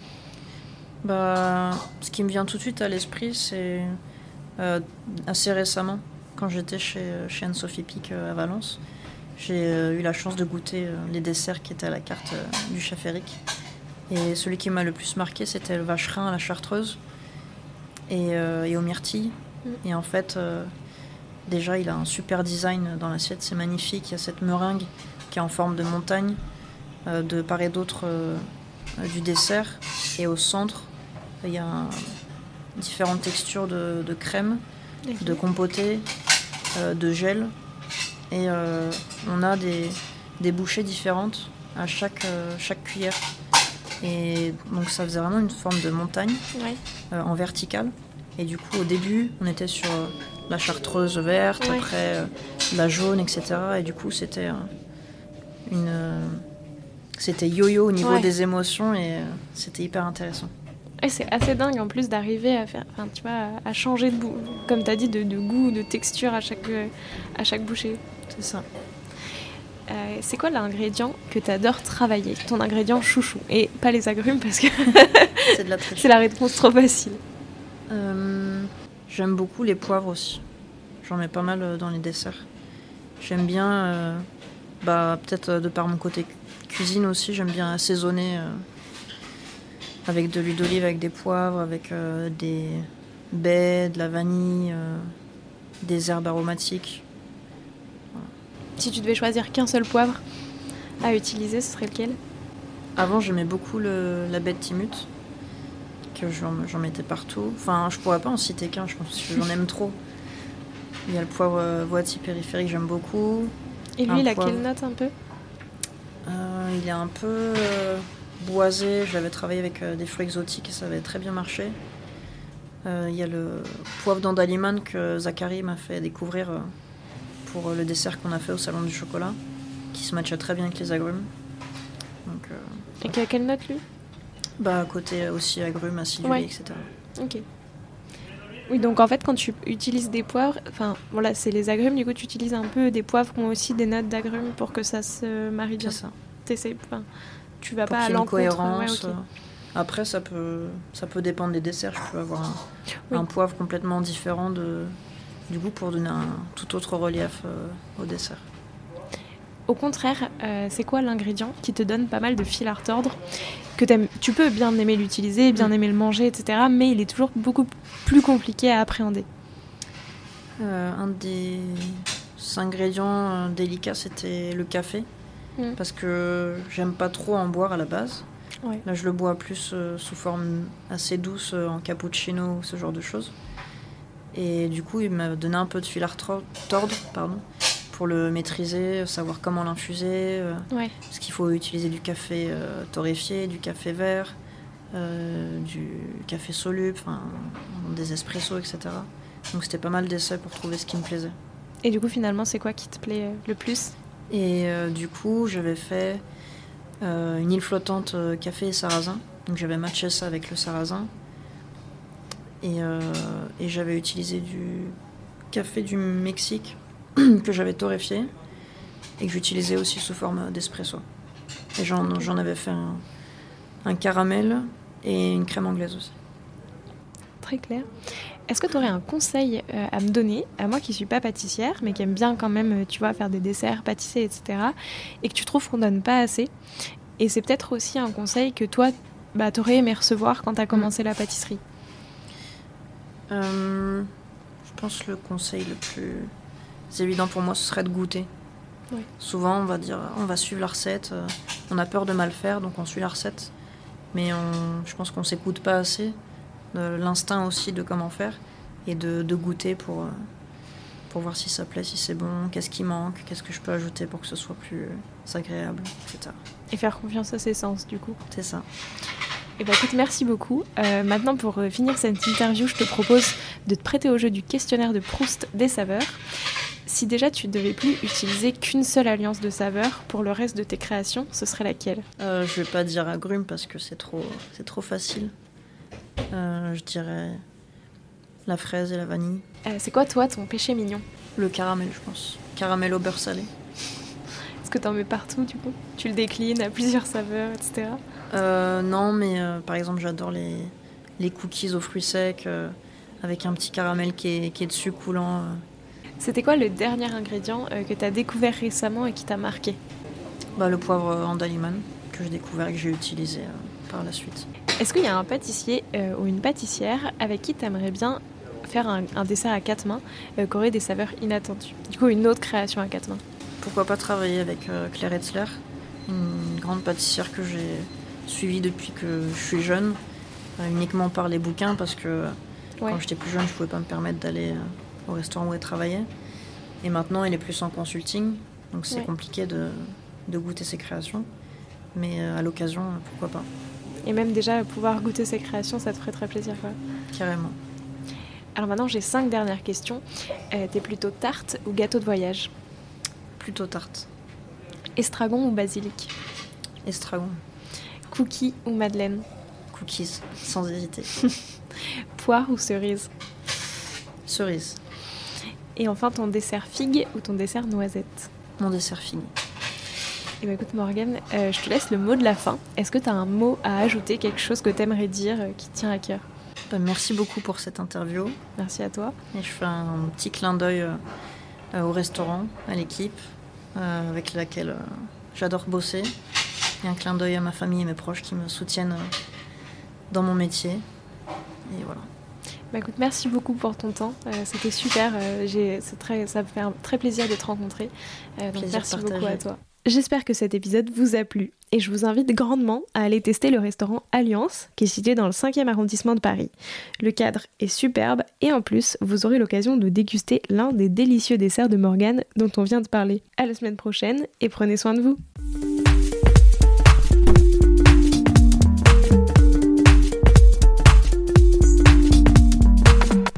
Bah, ce qui me vient tout de suite à l'esprit, c'est euh, assez récemment, quand j'étais chez, chez Anne-Sophie Pic euh, à Valence, j'ai euh, eu la chance de goûter euh, les desserts qui étaient à la carte euh, du chef Eric. Et celui qui m'a le plus marqué, c'était le vacherin à la chartreuse et, euh, et aux myrtilles. Mm. Et en fait, euh, déjà, il a un super design dans l'assiette, c'est magnifique. Il y a cette meringue qui est en forme de montagne, euh, de part et d'autre euh, du dessert. Et au centre, il y a un- différentes textures de, de crème, de compoté, euh, de gel. Et euh, on a des, des bouchées différentes à chaque, euh, chaque cuillère. Et donc ça faisait vraiment une forme de montagne Ouais. euh, en verticale. Et du coup, au début, on était sur euh, la chartreuse verte, Ouais. après euh, la jaune, et cetera. Et du coup, c'était euh, une, euh, c'était yo-yo au niveau Ouais. des émotions et euh, c'était hyper intéressant. Et c'est assez dingue en plus d'arriver à faire, enfin, tu vois, à, à changer de goût, comme tu as dit, de, de goût, de texture à chaque, euh, à chaque bouchée. C'est ça. Euh, c'est quoi l'ingrédient que tu adores travailler ? Ton ingrédient chouchou. Et pas les agrumes parce que C'est de la triche. c'est la réponse trop facile. Euh, j'aime beaucoup les poivres aussi. J'en mets pas mal euh, dans les desserts. J'aime bien, euh, bah, peut-être euh, de par mon côté cu- cuisine aussi, j'aime bien assaisonner euh, avec de l'huile d'olive, avec des poivres, avec euh, des baies, de la vanille, euh, des herbes aromatiques. Si tu devais choisir qu'un seul poivre à utiliser, ce serait lequel ? Avant, j'aimais beaucoup le, la baie de Timut, que j'en, j'en mettais partout. Enfin, je pourrais pas en citer qu'un, je pense que j'en aime trop. Il y a le poivre euh, Voiti périphérique, j'aime beaucoup. Et lui, Un il a poivre. quelle note un peu ? Euh, il est un peu euh, boisé. J'avais travaillé avec euh, des fruits exotiques et ça avait très bien marché. Il euh, y a le poivre d'Andaliman que Zachary m'a fait découvrir euh, pour le dessert qu'on a fait au Salon du Chocolat, qui se matcha très bien avec les agrumes. Donc, euh, Et qui a quelle note, lui? Bah, côté aussi agrumes, acidulés, ouais. et cetera. Ok. Oui, donc en fait, quand tu utilises des poivres, enfin, voilà, c'est les agrumes, du coup, tu utilises un peu des poivres qui ont aussi des notes d'agrumes pour que ça se marie bien. C'est ça. T'essayes, enfin, tu vas pour pas à l'encontre. Cohérence. Ouais, okay. Après, ça peut, ça peut dépendre des desserts. Je peux avoir un, oui. un poivre complètement différent de, du goût pour donner un tout autre relief euh, au dessert. Au contraire, euh, c'est quoi l'ingrédient qui te donne pas mal de fil à retordre que tu peux bien aimer l'utiliser, bien mmh. aimer le manger, et cetera. Mais il est toujours beaucoup plus compliqué à appréhender. Euh, un des ingrédients euh, délicats, c'était le café. Mmh. Parce que j'aime pas trop en boire à la base. Ouais. Là, je le bois plus euh, sous forme assez douce, euh, en cappuccino ou ce genre de choses. Et du coup, il m'a donné un peu de fil à retordre, pardon, pour le maîtriser, savoir comment l'infuser. Euh, ouais. Parce qu'il faut utiliser du café euh, torréfié, du café vert, euh, du café soluble, des espressos, et cetera. Donc c'était pas mal d'essais pour trouver ce qui me plaisait. Et du coup, finalement, c'est quoi qui te plaît euh, le plus ? Et euh, du coup, j'avais fait euh, une île flottante euh, café et sarrasin. Donc j'avais matché ça avec le sarrasin. Et, euh, et j'avais utilisé du café du Mexique que j'avais torréfié et que j'utilisais aussi sous forme d'espresso. Et j'en, okay. j'en avais fait un, un caramel et une crème anglaise aussi. Très clair. Est-ce que tu aurais un conseil euh, à me donner, à moi qui ne suis pas pâtissière, mais qui aime bien quand même, tu vois, faire des desserts, pâtisser, et cetera, et que tu trouves qu'on ne donne pas assez? Et c'est peut-être aussi un conseil que toi, bah, tu aurais aimé recevoir quand tu as commencé mmh. la pâtisserie. Euh, je pense que le conseil le plus évident pour moi, ce serait de goûter. Oui. Souvent, on va dire, on va suivre la recette, euh, on a peur de mal faire, donc on suit la recette. Mais on, je pense qu'on ne s'écoute pas assez. De l'instinct aussi de comment faire et de, de goûter pour, pour voir si ça plaît, si c'est bon, qu'est-ce qui manque, qu'est-ce que je peux ajouter pour que ce soit plus agréable, et cetera. Et faire confiance à ses sens, du coup. C'est ça. Eh ben, écoute, merci beaucoup. Euh, maintenant, pour finir cette interview, je te propose de te prêter au jeu du questionnaire de Proust des saveurs. Si déjà tu ne devais plus utiliser qu'une seule alliance de saveurs pour le reste de tes créations, ce serait laquelle ? euh, Je ne vais pas dire agrumes parce que c'est trop, c'est trop facile. Euh, je dirais la fraise et la vanille. Euh, c'est quoi, toi, ton péché mignon ? Le caramel, je pense. Caramel au beurre salé. Est-ce que t'en mets partout, du coup ? Tu le déclines à plusieurs saveurs, et cetera. Euh, non, mais euh, par exemple, j'adore les, les cookies aux fruits secs euh, avec un petit caramel qui est, qui est dessus, coulant. Euh. C'était quoi le dernier ingrédient euh, que t'as découvert récemment et qui t'a marqué ? Bah, le poivre Andaliman, que j'ai découvert et que j'ai utilisé euh, par la suite. Est-ce qu'il y a un pâtissier euh, ou une pâtissière avec qui tu aimerais bien faire un, un dessert à quatre mains euh, qui aurait des saveurs inattendues ? Du coup, une autre création à quatre mains. Pourquoi pas travailler avec euh, Claire Etzler, une grande pâtissière que j'ai suivie depuis que je suis jeune, euh, uniquement par les bouquins, parce que ouais. quand j'étais plus jeune, je pouvais pas me permettre d'aller euh, au restaurant où elle travaillait. Et maintenant, elle est plus en consulting, donc c'est ouais. compliqué de, de goûter ses créations. Mais euh, à l'occasion, pourquoi pas. Et même déjà pouvoir goûter ses créations, ça te ferait très plaisir, quoi. Carrément. Alors maintenant, j'ai cinq dernières questions. Euh, t'es plutôt tarte ou gâteau de voyage ? Plutôt tarte. Estragon ou basilic ? Estragon. Cookies ou madeleine ? Cookies, sans hésiter. Poire ou cerise ? Cerise. Et enfin, ton dessert figue ou ton dessert noisette ? Mon dessert figue. Eh bien, écoute Morgane, euh, je te laisse le mot de la fin. Est-ce que tu as un mot à ajouter, quelque chose que tu aimerais dire, euh, qui te tient à cœur ? Ben, merci beaucoup pour cette interview. Merci à toi. Et je fais un petit clin d'œil euh, au restaurant, à l'équipe, euh, avec laquelle euh, j'adore bosser. Et un clin d'œil à ma famille et mes proches qui me soutiennent euh, dans mon métier. Et voilà. Bah écoute, merci beaucoup pour ton temps. Euh, c'était super. Euh, j'ai, c'est très, ça me fait un très plaisir de te rencontrer. Euh, donc merci partagé. Beaucoup à toi. J'espère que cet épisode vous a plu et je vous invite grandement à aller tester le restaurant Alliance qui est situé dans le cinquième arrondissement de Paris. Le cadre est superbe et en plus, vous aurez l'occasion de déguster l'un des délicieux desserts de Morgane dont on vient de parler. À la semaine prochaine et prenez soin de vous.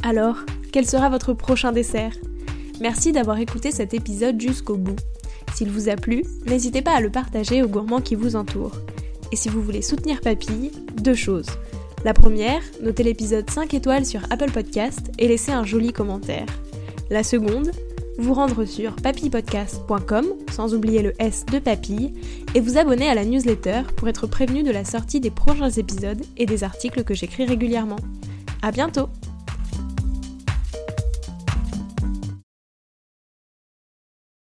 Alors, quel sera votre prochain dessert ? Merci d'avoir écouté cet épisode jusqu'au bout. S'il vous a plu, n'hésitez pas à le partager aux gourmands qui vous entourent. Et si vous voulez soutenir Papille, deux choses. La première, notez l'épisode cinq étoiles sur Apple Podcast et laissez un joli commentaire. La seconde, vous rendre sur papille podcast point com, sans oublier le S de Papille, et vous abonner à la newsletter pour être prévenu de la sortie des prochains épisodes et des articles que j'écris régulièrement. À bientôt!